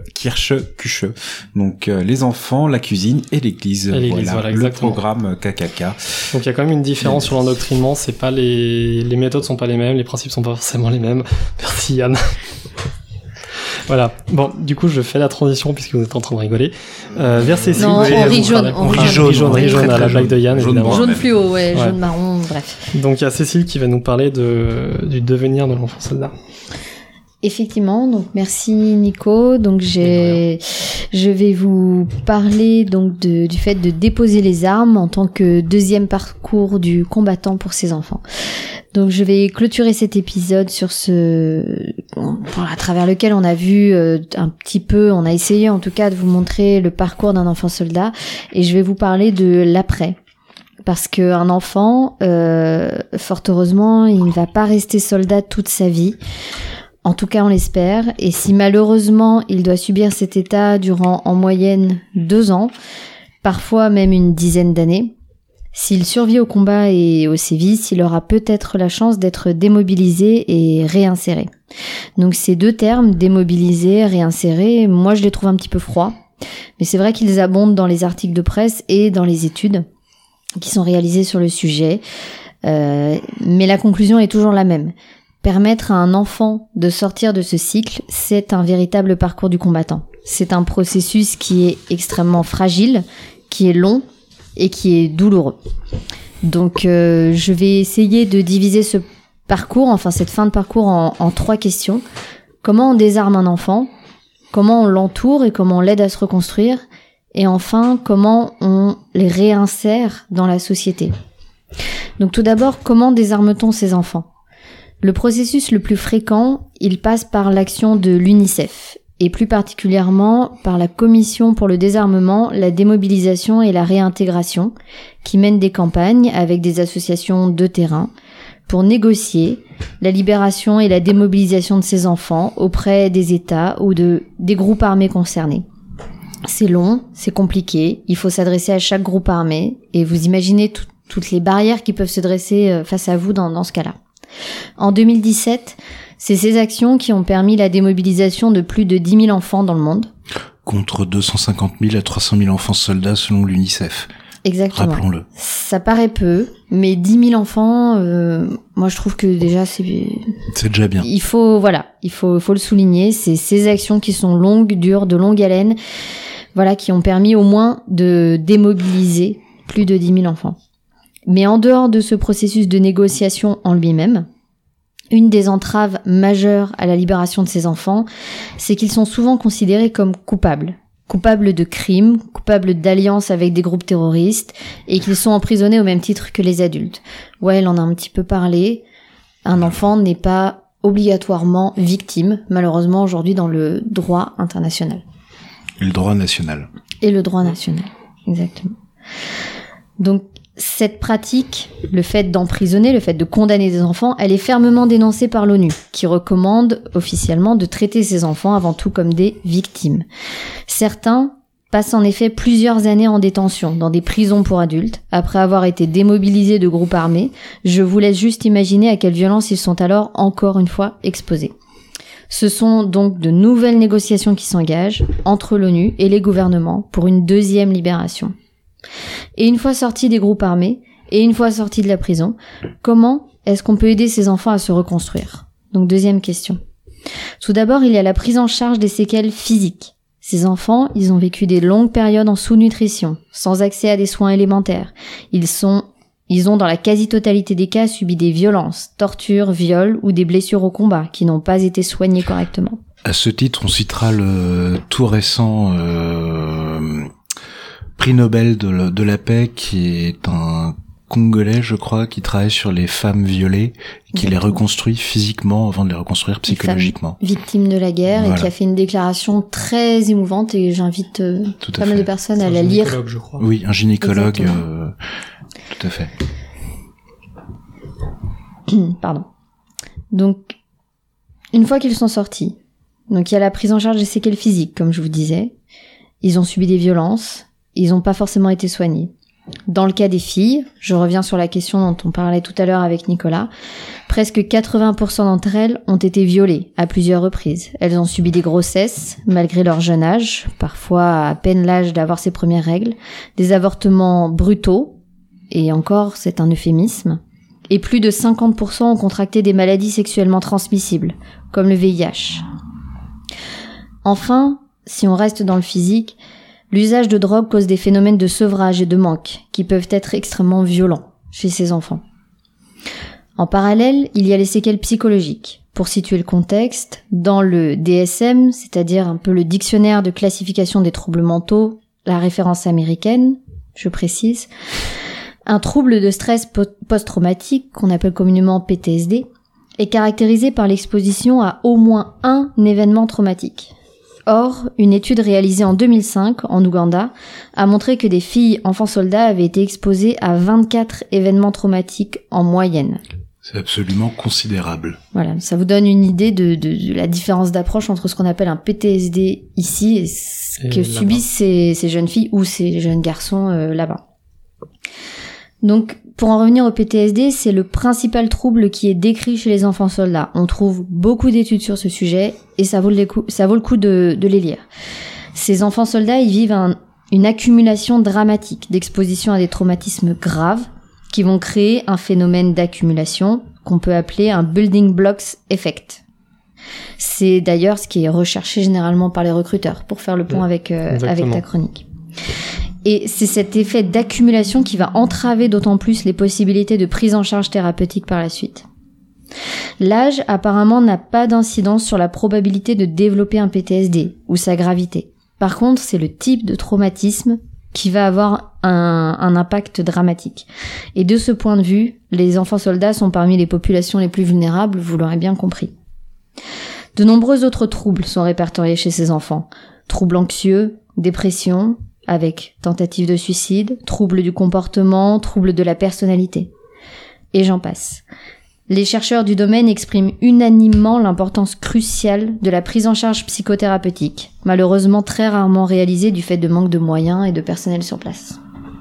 donc les enfants, la cuisine et l'église. Voilà, le programme KKK. Donc il y a quand même une différence sur l'endoctrinement, c'est pas les méthodes sont pas les mêmes, les principes sont pas forcément les mêmes. Merci Yann. Voilà. Bon, du coup, je fais la transition puisque vous êtes en train de rigoler. Vers Cécile. Non, on rit jaune à la blague de Yann, évidemment. Jaune fluo, jaune marron, bref. Donc il y a Cécile qui va nous parler du devenir de l'enfant soldat. Effectivement, donc merci Nico. Donc je vais vous parler donc du fait de déposer les armes en tant que deuxième parcours du combattant pour ces enfants. Donc je vais clôturer cet épisode sur à travers lequel on a vu un petit peu, on a essayé en tout cas de vous montrer le parcours d'un enfant soldat, et je vais vous parler de l'après. Parce qu'un enfant, fort heureusement, il ne va pas rester soldat toute sa vie. En tout cas, on l'espère. Et si malheureusement, il doit subir cet état durant en moyenne 2 ans, parfois même une dizaine d'années, s'il survit au combat et au sévices, il aura peut-être la chance d'être démobilisé et réinséré. Donc ces 2 termes, démobilisé, réinséré, moi je les trouve un petit peu froids. Mais c'est vrai qu'ils abondent dans les articles de presse et dans les études qui sont réalisées sur le sujet. Mais la conclusion est toujours la même. Permettre à un enfant de sortir de ce cycle, c'est un véritable parcours du combattant. C'est un processus qui est extrêmement fragile, qui est long et qui est douloureux. Donc je vais essayer de diviser ce parcours, enfin cette fin de parcours en 3 questions. Comment on désarme un enfant ? Comment on l'entoure et comment on l'aide à se reconstruire ? Et enfin, comment on les réinsère dans la société. Donc tout d'abord, comment désarme-t-on ces enfants ? Le processus le plus fréquent, il passe par l'action de l'UNICEF, et plus particulièrement par la Commission pour le désarmement, la démobilisation et la réintégration, qui mène des campagnes avec des associations de terrain pour négocier la libération et la démobilisation de ces enfants auprès des États ou des groupes armés concernés. C'est long, c'est compliqué, il faut s'adresser à chaque groupe armé, et vous imaginez toutes les barrières qui peuvent se dresser face à vous dans ce cas-là. En 2017, c'est ces actions qui ont permis la démobilisation de plus de 10 000 enfants dans le monde. Contre 250 000 à 300 000 enfants soldats selon l'UNICEF. Exactement. Rappelons-le. Ça paraît peu, mais 10 000 enfants, moi je trouve que déjà c'est déjà bien. Il faut le souligner, c'est ces actions qui sont longues, dures, de longue haleine, voilà, qui ont permis au moins de démobiliser plus de 10 000 enfants. Mais en dehors de ce processus de négociation en lui-même, une des entraves majeures à la libération de ces enfants, c'est qu'ils sont souvent considérés comme coupables de crimes, coupables d'alliances avec des groupes terroristes, et qu'ils sont emprisonnés au même titre que les adultes. Ouais, elle en a un petit peu parlé. Un enfant n'est pas obligatoirement victime, malheureusement aujourd'hui dans le droit international. Et le droit national. Et le droit national, exactement. Donc, cette pratique, le fait d'emprisonner, le fait de condamner des enfants, elle est fermement dénoncée par l'ONU, qui recommande officiellement de traiter ces enfants avant tout comme des victimes. Certains passent en effet plusieurs années en détention, dans des prisons pour adultes, après avoir été démobilisés de groupes armés. Je vous laisse juste imaginer à quelle violence ils sont alors encore une fois exposés. Ce sont donc de nouvelles négociations qui s'engagent entre l'ONU et les gouvernements pour une deuxième libération. Et une fois sortis des groupes armés, et une fois sortis de la prison, comment est-ce qu'on peut aider ces enfants à se reconstruire ? Donc deuxième question. Tout d'abord, il y a la prise en charge des séquelles physiques. Ces enfants, ils ont vécu des longues périodes en sous-nutrition, sans accès à des soins élémentaires. Ils ont dans la quasi-totalité des cas subi des violences, tortures, viols ou des blessures au combat qui n'ont pas été soignées correctement. À ce titre, on citera le tout récent prix Nobel de la paix, qui est un Congolais, je crois, qui travaille sur les femmes violées, qui les reconstruit physiquement avant de les reconstruire psychologiquement. Victime de la guerre, voilà. Et qui a fait une déclaration très émouvante, et j'invite pas mal de personnes à la lire. Je crois. Oui, un gynécologue, tout à fait. Pardon. Donc, une fois qu'ils sont sortis, donc il y a la prise en charge des séquelles physiques, comme je vous disais. Ils ont subi des violences. Ils n'ont pas forcément été soignés. Dans le cas des filles, je reviens sur la question dont on parlait tout à l'heure avec Nicolas, presque 80% d'entre elles ont été violées à plusieurs reprises. Elles ont subi des grossesses, malgré leur jeune âge, parfois à peine l'âge d'avoir ses premières règles, des avortements brutaux, et encore c'est un euphémisme, et plus de 50% ont contracté des maladies sexuellement transmissibles, comme le VIH. Enfin, si on reste dans le physique, l'usage de drogue cause des phénomènes de sevrage et de manque qui peuvent être extrêmement violents chez ces enfants. En parallèle, il y a les séquelles psychologiques. Pour situer le contexte, dans le DSM, c'est-à-dire un peu le dictionnaire de classification des troubles mentaux, la référence américaine, je précise, un trouble de stress post-traumatique, qu'on appelle communément PTSD, est caractérisé par l'exposition à au moins un événement traumatique. Or, une étude réalisée en 2005 en Ouganda a montré que des filles enfants soldats avaient été exposées à 24 événements traumatiques en moyenne. C'est absolument considérable. Voilà, ça vous donne une idée de la différence d'approche entre ce qu'on appelle un PTSD ici et ce que subissent ces jeunes filles ou ces jeunes garçons là-bas. Donc, pour en revenir au PTSD, c'est le principal trouble qui est décrit chez les enfants soldats. On trouve beaucoup d'études sur ce sujet et ça vaut le coup de les lire. Ces enfants soldats, ils vivent une accumulation dramatique d'exposition à des traumatismes graves qui vont créer un phénomène d'accumulation qu'on peut appeler un building blocks effect. C'est d'ailleurs ce qui est recherché généralement par les recruteurs pour faire le pont avec ta chronique. Et c'est cet effet d'accumulation qui va entraver d'autant plus les possibilités de prise en charge thérapeutique par la suite. L'âge, apparemment, n'a pas d'incidence sur la probabilité de développer un PTSD ou sa gravité. Par contre, c'est le type de traumatisme qui va avoir un impact dramatique. Et de ce point de vue, les enfants soldats sont parmi les populations les plus vulnérables, vous l'aurez bien compris. De nombreux autres troubles sont répertoriés chez ces enfants. Troubles anxieux, dépression, avec tentative de suicide, troubles du comportement, troubles de la personnalité. Et j'en passe. Les chercheurs du domaine expriment unanimement l'importance cruciale de la prise en charge psychothérapeutique, malheureusement très rarement réalisée du fait de manque de moyens et de personnel sur place.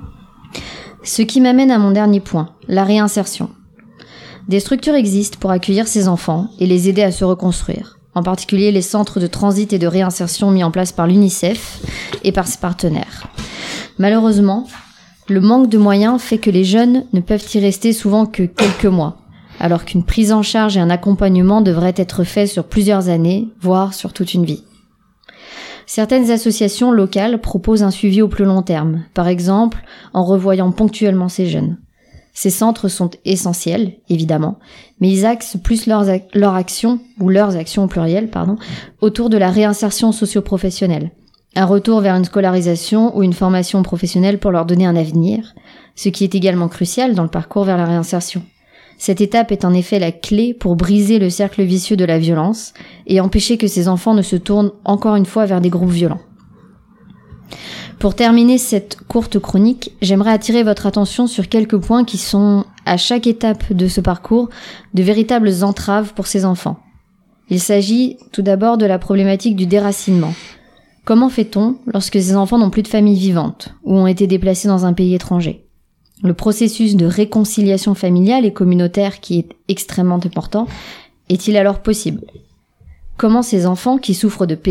Ce qui m'amène à mon dernier point, la réinsertion. Des structures existent pour accueillir ces enfants et les aider à se reconstruire, en particulier les centres de transit et de réinsertion mis en place par l'UNICEF et par ses partenaires. Malheureusement, le manque de moyens fait que les jeunes ne peuvent y rester souvent que quelques mois, alors qu'une prise en charge et un accompagnement devraient être faits sur plusieurs années, voire sur toute une vie. Certaines associations locales proposent un suivi au plus long terme, par exemple en revoyant ponctuellement ces jeunes. Ces centres sont essentiels, évidemment, mais ils axent plus leurs actions au pluriel, autour de la réinsertion socio-professionnelle. Un retour vers une scolarisation ou une formation professionnelle pour leur donner un avenir, ce qui est également crucial dans le parcours vers la réinsertion. Cette étape est en effet la clé pour briser le cercle vicieux de la violence et empêcher que ces enfants ne se tournent encore une fois vers des groupes violents. Pour terminer cette courte chronique, j'aimerais attirer votre attention sur quelques points qui sont, à chaque étape de ce parcours, de véritables entraves pour ces enfants. Il s'agit tout d'abord de la problématique du déracinement. Comment fait-on lorsque ces enfants n'ont plus de famille vivante ou ont été déplacés dans un pays étranger ? Le processus de réconciliation familiale et communautaire qui est extrêmement important est-il alors possible ? Comment ces enfants qui souffrent de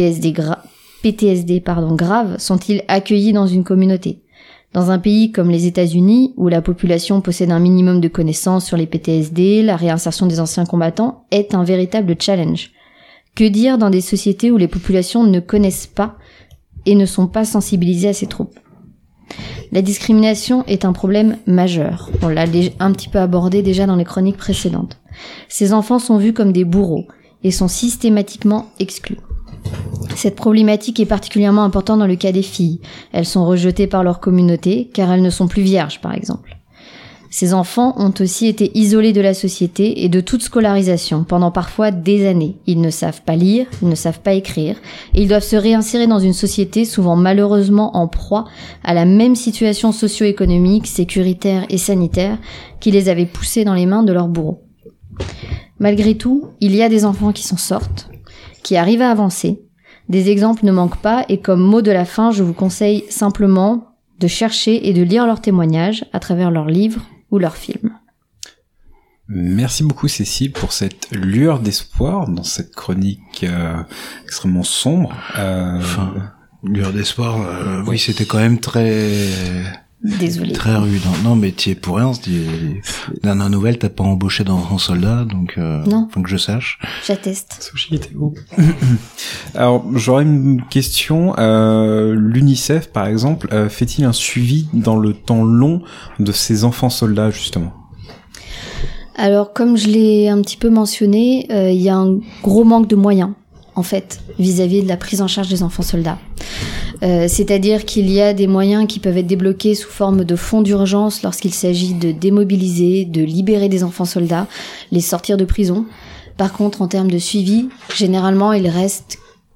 PTSD grave sont-ils accueillis dans une communauté ? Dans un pays comme les États-Unis, où la population possède un minimum de connaissances sur les PTSD, la réinsertion des anciens combattants est un véritable challenge. Que dire dans des sociétés où les populations ne connaissent pas et ne sont pas sensibilisées à ces troubles ? La discrimination est un problème majeur. On l'a un petit peu abordé déjà dans les chroniques précédentes. Ces enfants sont vus comme des bourreaux et sont systématiquement exclus. Cette problématique est particulièrement importante dans le cas des filles. Elles sont rejetées par leur communauté car elles ne sont plus vierges, par exemple. Ces enfants ont aussi été isolés de la société et de toute scolarisation pendant parfois des années. Ils ne savent pas lire, ils ne savent pas écrire et ils doivent se réinsérer dans une société souvent malheureusement en proie à la même situation socio-économique, sécuritaire et sanitaire qui les avait poussés dans les mains de leurs bourreaux. Malgré tout, il y a des enfants qui s'en sortent, qui arrivent à avancer. Des exemples ne manquent pas et comme mot de la fin, je vous conseille simplement de chercher et de lire leurs témoignages à travers leurs livres ou leurs films. Merci beaucoup Cécile pour cette lueur d'espoir dans cette chronique extrêmement sombre. Lueur d'espoir, oui, c'était quand même très... Désolé. Très rude. Non, mais t'y es pour rien. Dernière nouvelle, t'as pas embauché d'enfant soldat, donc non. Faut que je sache. J'atteste. Sushi était où ? Alors, j'aurais une question. L'UNICEF, par exemple, fait-il un suivi dans le temps long de ces enfants soldats, justement ? Alors, comme je l'ai un petit peu mentionné, il y a un gros manque de moyens, en fait, vis-à-vis de la prise en charge des enfants soldats. C'est-à-dire qu'il y a des moyens qui peuvent être débloqués sous forme de fonds d'urgence lorsqu'il s'agit de démobiliser, de libérer des enfants soldats, les sortir de prison. Par contre, en termes de suivi, généralement, il reste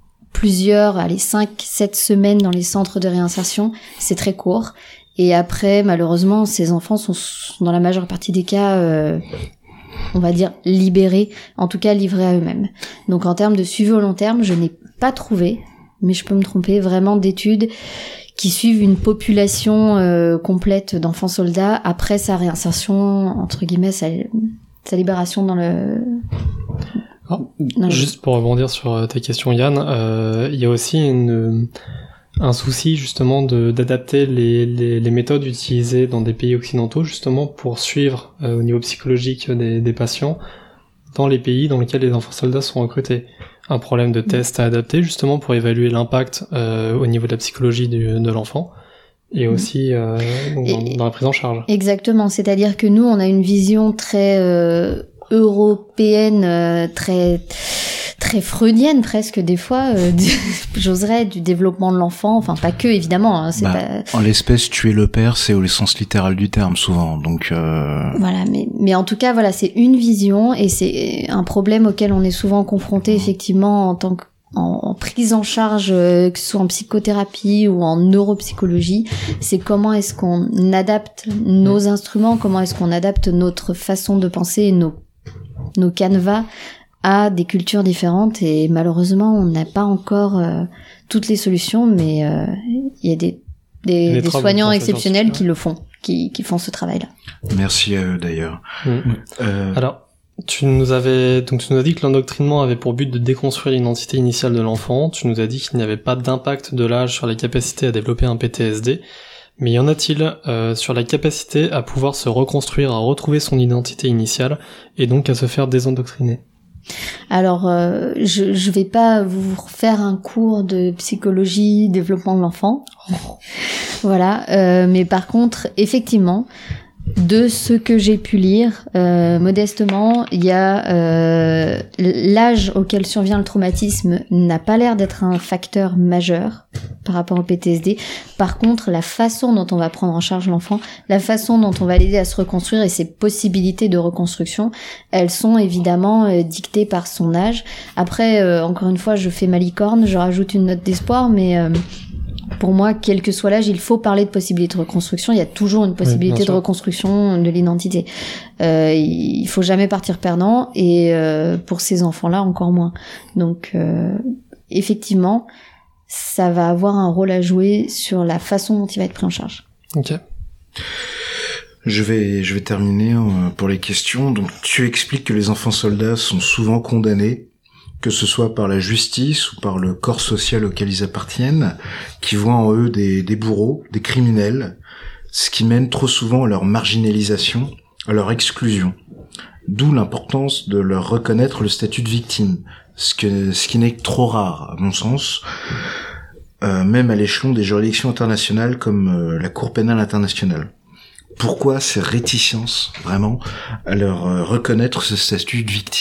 5-7 semaines dans les centres de réinsertion. C'est très court. Et après, malheureusement, ces enfants sont, dans la majeure partie des cas, on va dire, libérés, en tout cas livrés à eux-mêmes. Donc en termes de suivi au long terme, je n'ai pas trouvé, mais je peux me tromper, vraiment d'études qui suivent une population complète d'enfants soldats après sa réinsertion, entre guillemets, sa libération dans le... Juste pour rebondir sur ta question Yann, il y a aussi un souci justement d'adapter les méthodes utilisées dans des pays occidentaux justement pour suivre au niveau psychologique des patients dans les pays dans lesquels les enfants soldats sont recrutés. Un problème de test à adapter justement pour évaluer l'impact au niveau de la psychologie de l'enfant et aussi dans la prise en charge. Exactement, c'est-à-dire que nous on a une vision très européenne, très très freudienne presque des fois, j'oserais, du développement de l'enfant, enfin pas que évidemment, hein, c'est pas... En l'espèce, tuer le père, c'est au sens littéral du terme souvent, donc... Voilà, mais en tout cas, voilà, c'est une vision et c'est un problème auquel on est souvent confronté effectivement en tant que en prise en charge, que ce soit en psychothérapie ou en neuropsychologie, c'est comment est-ce qu'on adapte nos instruments, comment est-ce qu'on adapte notre façon de penser et nos canevas à des cultures différentes, et malheureusement on n'a pas encore toutes les solutions, mais il y a des soignants exceptionnels qui le font, qui font ce travail-là. Merci à eux d'ailleurs. Alors, tu nous as dit que l'endoctrinement avait pour but de déconstruire l'identité initiale de l'enfant. Tu nous as dit qu'il n'y avait pas d'impact de l'âge sur les capacités à développer un PTSD. Mais y en a-t-il sur la capacité à pouvoir se reconstruire, à retrouver son identité initiale et donc à se faire désendoctriner? Alors, je vais pas vous refaire un cours de psychologie, développement de l'enfant. Voilà, mais par contre, effectivement, de ce que j'ai pu lire, modestement, il y a l'âge auquel survient le traumatisme n'a pas l'air d'être un facteur majeur par rapport au PTSD. Par contre, la façon dont on va prendre en charge l'enfant, la façon dont on va l'aider à se reconstruire et ses possibilités de reconstruction, elles sont évidemment dictées par son âge. Après, encore une fois, je fais ma licorne, je rajoute une note d'espoir, mais... pour moi, quel que soit l'âge, il faut parler de possibilité de reconstruction. Il y a toujours une possibilité de reconstruction de l'identité. Il faut jamais partir perdant, et pour ces enfants-là, encore moins. Donc, effectivement, ça va avoir un rôle à jouer sur la façon dont il va être pris en charge. Ok. Je vais terminer pour les questions. Donc, tu expliques que les enfants soldats sont souvent condamnés, que ce soit par la justice ou par le corps social auquel ils appartiennent, qui voient en eux des bourreaux, des criminels, ce qui mène trop souvent à leur marginalisation, à leur exclusion. D'où l'importance de leur reconnaître le statut de victime, ce qui n'est que trop rare, à mon sens, même à l'échelon des juridictions internationales comme la Cour pénale internationale. Pourquoi ces réticences, vraiment, à leur reconnaître ce statut de victime ?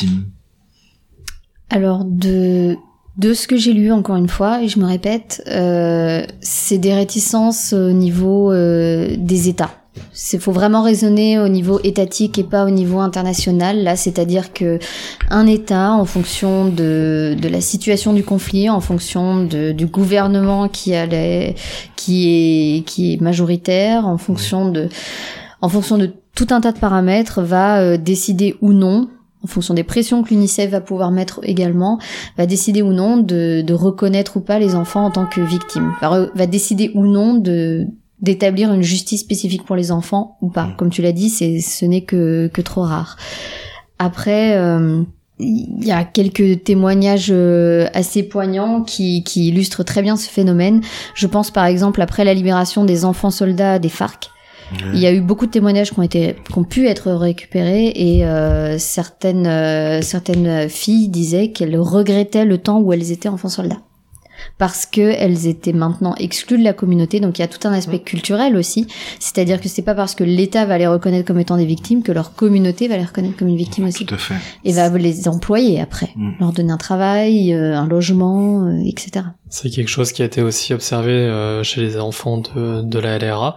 Alors, de ce que j'ai lu, encore une fois, et je me répète, c'est des réticences au niveau des États. Faut vraiment raisonner au niveau étatique et pas au niveau international. Là, c'est-à-dire que un État, en fonction de la situation du conflit, en fonction du gouvernement qui est majoritaire, en fonction de tout un tas de paramètres, va décider ou non, en fonction des pressions que l'UNICEF va pouvoir mettre également, va décider ou non de reconnaître ou pas les enfants en tant que victimes. Va décider ou non d'établir une justice spécifique pour les enfants ou pas. Comme tu l'as dit, ce n'est que trop rare. Après, il y a quelques témoignages assez poignants qui illustrent très bien ce phénomène. Je pense par exemple après la libération des enfants soldats des FARC. Il y a eu beaucoup de témoignages qui ont pu être récupérés, et certaines filles disaient qu'elles regrettaient le temps où elles étaient enfants soldats, parce que elles étaient maintenant exclues de la communauté. Donc il y a tout un aspect culturel aussi, c'est-à-dire que c'est pas parce que l'État va les reconnaître comme étant des victimes que leur communauté va les reconnaître comme une victime aussi. Tout à fait. Et va les employer après, leur donner un travail, un logement, etc. C'est quelque chose qui a été aussi observé chez les enfants de la LRA.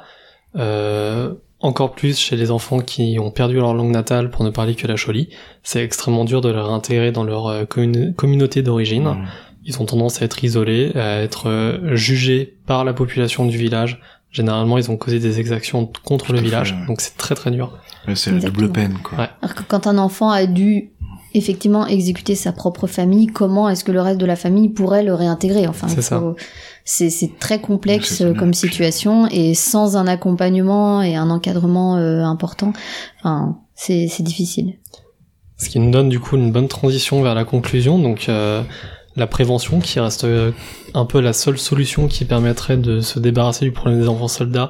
Encore plus chez les enfants qui ont perdu leur langue natale pour ne parler que la choli. C'est extrêmement dur de les réintégrer dans leur communauté d'origine. Ils ont tendance à être isolés, à être jugés par la population du village. Généralement, ils ont causé des exactions contre le village, donc c'est très très dur. C'est la double peine, quoi. Ouais. Alors que quand un enfant a dû effectivement exécuter sa propre famille, comment est-ce que le reste de la famille pourrait le réintégrer? Enfin, c'est très complexe comme situation, et sans un accompagnement et un encadrement important, enfin, c'est difficile. Ce qui nous donne du coup une bonne transition vers la conclusion, donc la prévention qui reste un peu la seule solution qui permettrait de se débarrasser du problème des enfants soldats.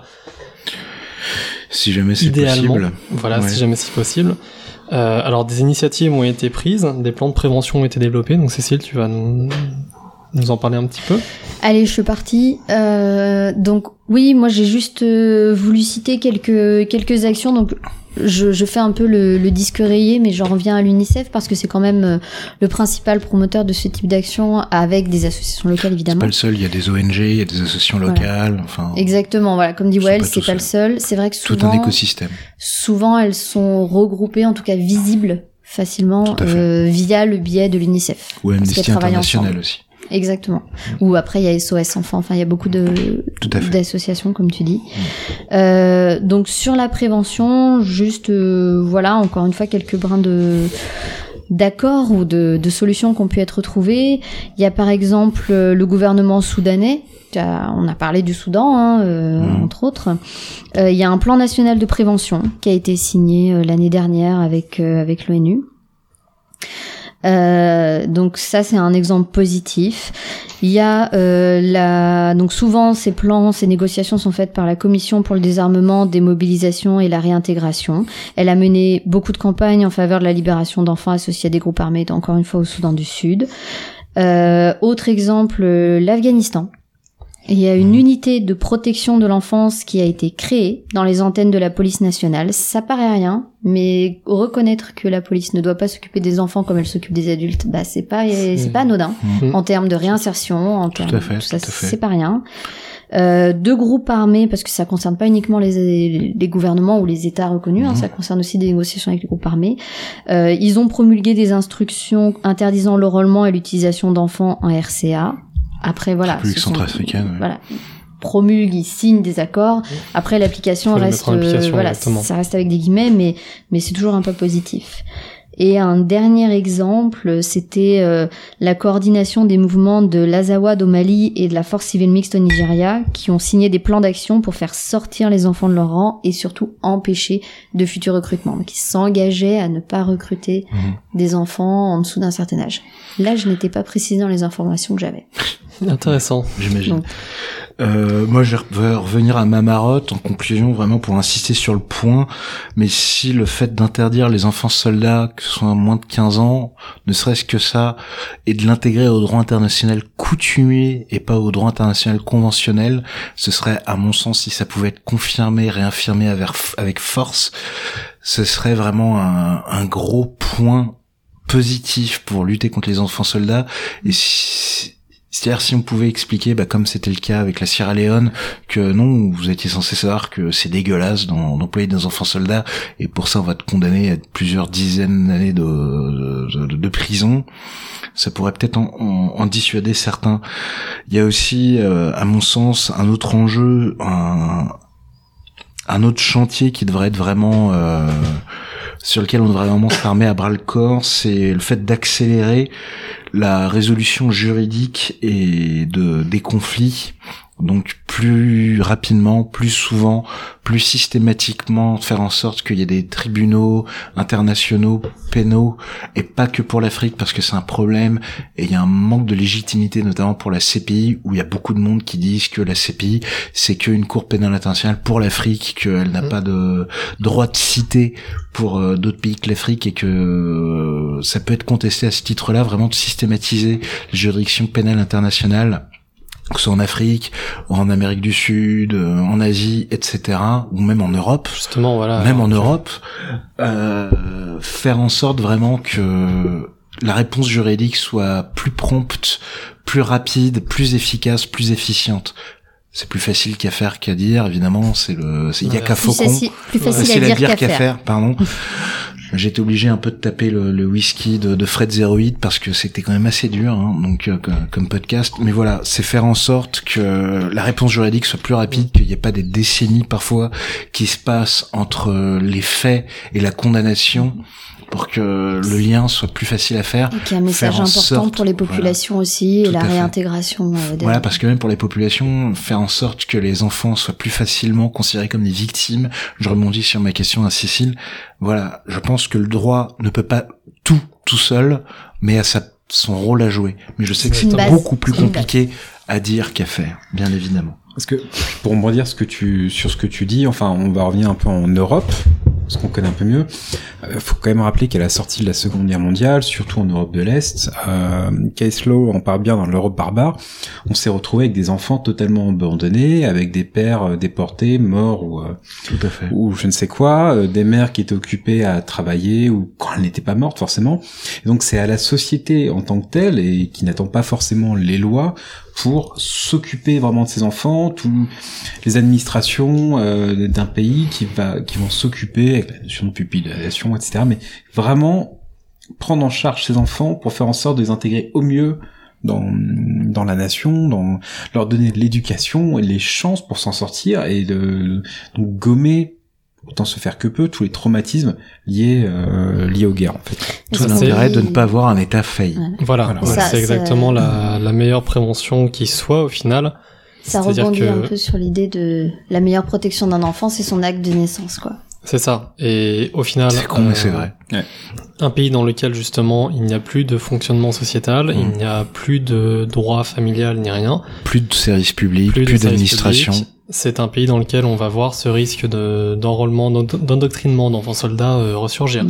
Si jamais c'est idéalement, possible. Voilà, si jamais c'est possible. Alors des initiatives ont été prises, des plans de prévention ont été développés, donc Cécile, tu vas nous en parler un petit peu. Allez, je suis partie. Donc oui, moi j'ai juste voulu citer quelques actions. Donc je fais un peu le disque rayé, mais j'en reviens à l'UNICEF parce que c'est quand même le principal promoteur de ce type d'action avec des associations locales, évidemment. C'est pas le seul, il y a des ONG, il y a des associations locales, enfin. Exactement, voilà. Comme dit Wael, c'est pas le seul. C'est vrai que souvent. Tout un écosystème. Souvent, elles sont regroupées, en tout cas visibles facilement, via le biais de l'UNICEF. Ou Amnesty International aussi. Exactement. Ou après, il y a SOS Enfants. Enfin, il y a beaucoup d'associations, comme tu dis. Donc, sur la prévention, juste, voilà, encore une fois, quelques brins d'accords ou de solutions qui ont pu être trouvées. Il y a par exemple le gouvernement soudanais. On a parlé du Soudan, entre autres. Il y a un plan national de prévention qui a été signé l'année dernière avec l'ONU. Donc ça, c'est un exemple positif. Il y a donc souvent ces plans, ces négociations sont faites par la Commission pour le désarmement, démobilisation et la réintégration. Elle a mené beaucoup de campagnes en faveur de la libération d'enfants associés à des groupes armés, encore une fois au Soudan du Sud. Autre exemple, l'Afghanistan. Il y a une unité de protection de l'enfance qui a été créée dans les antennes de la police nationale. Ça paraît rien, mais reconnaître que la police ne doit pas s'occuper des enfants comme elle s'occupe des adultes, bah c'est pas anodin en termes de réinsertion, en termes tout ça, c'est pas rien. Deux groupes armés, parce que ça concerne pas uniquement les gouvernements ou les États reconnus, ça concerne aussi des négociations avec les groupes armés. Ils ont promulgué des instructions interdisant l'enrôlement et l'utilisation d'enfants en RCA. Après, voilà. République centrafricaine. Voilà. Promulgue, ils signent des accords. Après, l'application reste, voilà, ça reste avec des guillemets, mais c'est toujours un pas positif. Et un dernier exemple, c'était la coordination des mouvements de l'Azawad au Mali et de la Force civile mixte au Nigeria, qui ont signé des plans d'action pour faire sortir les enfants de leur rang et surtout empêcher de futurs recrutements. Donc, ils s'engageaient à ne pas recruter des enfants en dessous d'un certain âge. Là, je n'étais pas précisée dans les informations que j'avais. Intéressant. J'imagine. Moi, je vais revenir à ma marotte en conclusion, vraiment pour insister sur le point. Mais si le fait d'interdire les enfants soldats, que ce soit à moins de 15 ans, ne serait-ce que ça, et de l'intégrer au droit international coutumier et pas au droit international conventionnel, ce serait, à mon sens, si ça pouvait être confirmé, réaffirmé avec force, ce serait vraiment un gros point positif pour lutter contre les enfants soldats. Et c'est-à-dire si on pouvait expliquer, comme c'était le cas avec la Sierra Leone, que non, vous étiez censé savoir que c'est dégueulasse d'employer des enfants soldats, et pour ça on va te condamner à plusieurs dizaines d'années de prison, ça pourrait peut-être en dissuader certains. Il y a aussi, à mon sens, un autre enjeu, un autre chantier qui devrait être vraiment... sur lequel on devrait vraiment s'armer à bras le corps, c'est le fait d'accélérer la résolution juridique et des conflits, donc plus rapidement, plus souvent, plus systématiquement, faire en sorte qu'il y ait des tribunaux internationaux, pénaux, et pas que pour l'Afrique, parce que c'est un problème, et il y a un manque de légitimité, notamment pour la CPI, où il y a beaucoup de monde qui disent que la CPI, c'est qu'une cour pénale internationale pour l'Afrique, qu'elle n'a pas de droit de citer pour d'autres pays que l'Afrique, et que ça peut être contesté à ce titre-là, vraiment de systématiser les juridictions pénales internationales, que ce soit en Afrique, ou en Amérique du Sud, en Asie, etc., ou même en Europe. Justement, voilà. Même en Europe, faire en sorte vraiment que la réponse juridique soit plus prompte, plus rapide, plus efficace, plus efficiente. C'est plus facile qu'à faire qu'à dire, évidemment, il y a qu'à Faucon. Plus facile à dire qu'à faire. Pardon. J'étais obligé un peu de taper le whisky de Fred 08 parce que c'était quand même assez dur, donc comme podcast. Mais voilà, c'est faire en sorte que la réponse juridique soit plus rapide, qu'il n'y ait pas des décennies parfois qui se passent entre les faits et la condamnation, pour que le lien soit plus facile à faire. Et qu'il y a un message important pour les populations aussi, et la réintégration. Voilà, parce que même pour les populations, faire en sorte que les enfants soient plus facilement considérés comme des victimes. Je rebondis sur ma question à Cécile. Voilà, je pense que le droit ne peut pas tout seul, mais a son rôle à jouer. Mais je sais que c'est beaucoup plus compliqué à dire qu'à faire, bien évidemment. Parce que, pour rebondir sur ce que tu dis, enfin, on va revenir un peu en Europe. ce qu'on connaît un peu mieux. Faut quand même rappeler qu'à la sortie de la Seconde Guerre mondiale, surtout en Europe de l'Est, Caslow en parle bien dans l'Europe barbare, on s'est retrouvé avec des enfants totalement abandonnés, avec des pères déportés, morts Tout à fait. ou je ne sais quoi, des mères qui étaient occupées à travailler ou quand elles n'étaient pas mortes forcément. Et donc c'est à la société en tant que telle et qui n'attend pas forcément les lois pour s'occuper vraiment de ces enfants, toutes les administrations d'un pays qui vont s'occuper avec la notion de pupillisation, etc. Mais vraiment prendre en charge ces enfants pour faire en sorte de les intégrer au mieux dans la nation, leur donner de l'éducation et les chances pour s'en sortir et donc gommer autant se faire que peu tous les traumatismes liés aux guerres en fait. Tout l'intérêt de ne pas avoir un état failli. Voilà. C'est exactement la meilleure prévention qui soit au final. Ça rebondit un peu sur l'idée de la meilleure protection d'un enfant, c'est son acte de naissance, quoi. C'est ça. Et au final, c'est con, mais c'est vrai. Un pays dans lequel justement il n'y a plus de fonctionnement sociétal, il n'y a plus de droit familial ni rien, plus de services publics, plus d'administration. C'est un pays dans lequel on va voir ce risque d'enrôlement, d'endoctrinement d'enfants soldats ressurgir.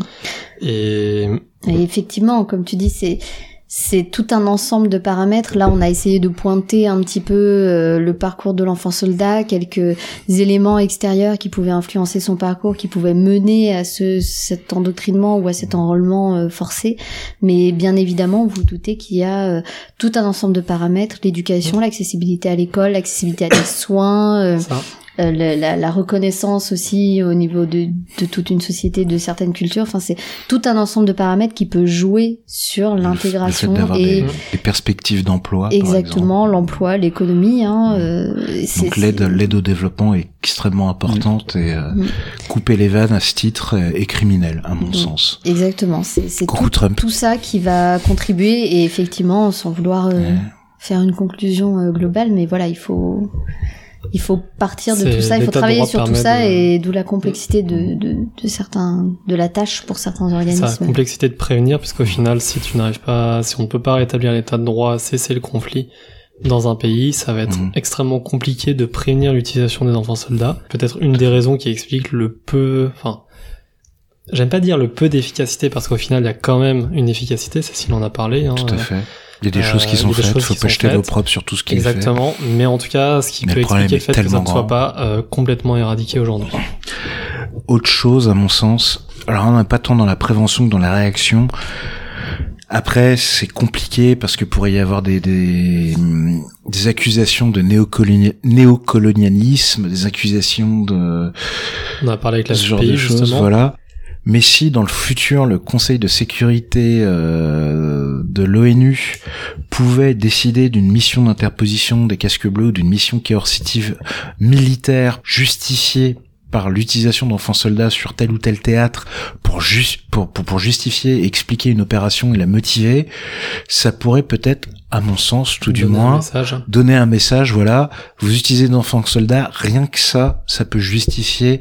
Et effectivement, comme tu dis, c'est tout un ensemble de paramètres. Là, on a essayé de pointer un petit peu le parcours de l'enfant soldat, quelques éléments extérieurs qui pouvaient influencer son parcours, qui pouvaient mener à cet endoctrinement ou à cet enrôlement forcé. Mais bien évidemment, vous vous doutez qu'il y a tout un ensemble de paramètres, l'éducation, l'accessibilité à l'école, l'accessibilité à des soins, la reconnaissance aussi au niveau de toute une société, de certaines cultures. Enfin, c'est tout un ensemble de paramètres qui peut jouer sur l'intégration le fait d'avoir des perspectives d'emploi. Exactement, l'emploi, l'économie. Donc l'aide au développement est extrêmement importante et couper les vannes à ce titre est criminel à mon sens. Exactement, c'est Trump. Tout ça qui va contribuer et effectivement, sans vouloir faire une conclusion globale, mais voilà, il faut partir de tout ça, il faut travailler sur tout ça et d'où la complexité de la tâche pour certains organismes. C'est la complexité de prévenir, puisqu'au final, si on ne peut pas rétablir l'état de droit, cesser le conflit dans un pays, ça va être extrêmement compliqué de prévenir l'utilisation des enfants soldats. Peut-être une des raisons qui explique j'aime pas dire le peu d'efficacité, parce qu'au final, il y a quand même une efficacité, Cécile en a parlé. Tout à fait. Il y a des choses qui sont faites, faut pas jeter l'eau propre sur tout ce qui est fait. Exactement, mais en tout cas, ce qui peut expliquer le fait que ça ne soit pas complètement éradiqué aujourd'hui. Autre chose, à mon sens, alors on n'est pas tant dans la prévention que dans la réaction. Après, c'est compliqué parce que pourrait y avoir des accusations de néocolonialisme, des accusations de... On a parlé avec la ce genre de choses, justement. Voilà. Mais si dans le futur le Conseil de sécurité de l'ONU pouvait décider d'une mission d'interposition des casques bleus, d'une mission coercitive militaire justifiée par l'utilisation d'enfants soldats sur tel ou tel théâtre pour justifier et expliquer une opération et la motiver, ça pourrait peut-être, à mon sens, tout du moins, donner un message, voilà, vous utilisez d'enfants soldats, rien que ça peut justifier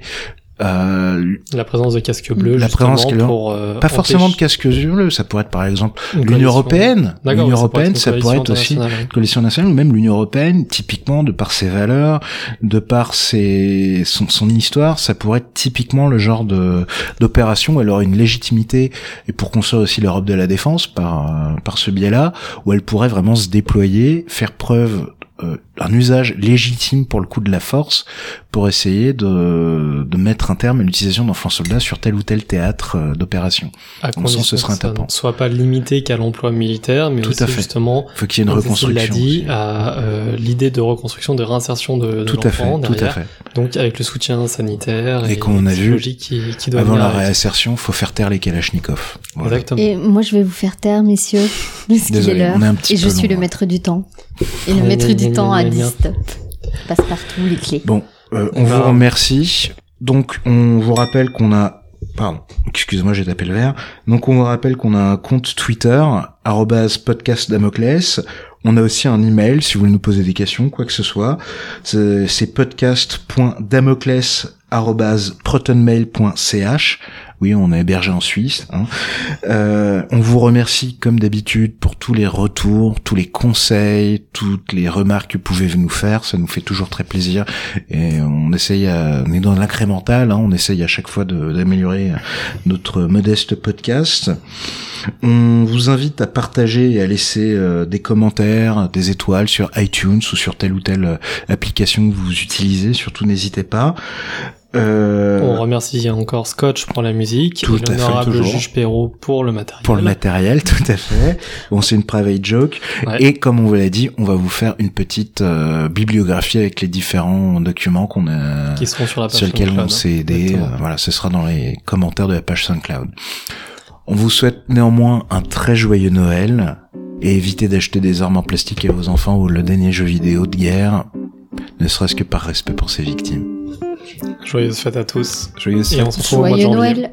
la présence de casques bleus, la présence pour pas forcément de casques bleus, ça pourrait être par exemple l'Union européenne. L'Union européenne, ça pourrait être aussi une coalition nationale, ou même l'Union européenne, typiquement de par ses valeurs, de par son histoire, ça pourrait être typiquement le genre d'opération où elle aurait une légitimité, et pour construire aussi l'Europe de la défense par ce biais-là, où elle pourrait vraiment se déployer, faire preuve un usage légitime pour le coup de la force pour essayer de mettre un terme à l'utilisation d'enfants soldats sur tel ou tel théâtre d'opération. À condition que ça ne soit pas limité qu'à l'emploi militaire, mais aussi justement, faut qu'il y ait une reconstruction. Il l'a dit, à l'idée de reconstruction, de réinsertion de l'enfant derrière. Tout à fait. Donc avec le soutien sanitaire et comme on a vu, qui doit avant la réinsertion, faut faire taire les Kalachnikov. Voilà. Exactement. Et moi je vais vous faire taire, messieurs, parce qu'il est l'heure. Et je suis le maître du temps. Et le maître du temps a dit stop. Passe partout les clés. Bon, on vous remercie. Donc, on vous rappelle qu'on a... Pardon, excusez-moi, j'ai tapé le verre. Donc, on vous rappelle qu'on a un compte Twitter, @podcastdamoclès. On a aussi un email si vous voulez nous poser des questions, quoi que ce soit. C'est podcast.damocles@protonmail.ch. Oui, on est hébergé en Suisse. On vous remercie comme d'habitude pour tous les retours, tous les conseils, toutes les remarques que vous pouvez nous faire. Ça nous fait toujours très plaisir. Et on est dans l'incrémental. On essaye à chaque fois d'améliorer notre modeste podcast. On vous invite à partager et à laisser des commentaires, des étoiles sur iTunes ou sur telle ou telle application que vous utilisez. Surtout, n'hésitez pas. On remercie encore Scotch pour la musique tout et l'honorable juge Perrault pour le matériel. Pour le matériel, tout à fait. Bon, c'est une private joke. Ouais. Et comme on vous l'a dit, on va vous faire une petite bibliographie avec les différents documents qu'on a, qui seront sur la page sur lesquels on s'est aidé. Voilà, ce sera dans les commentaires de la page SoundCloud. On vous souhaite néanmoins un très joyeux Noël et évitez d'acheter des armes en plastique à vos enfants ou le dernier jeu vidéo de guerre, ne serait-ce que par respect pour ces victimes. Joyeuse fête à tous. Joyeuse et on se retrouve au mois de janvier. Noël.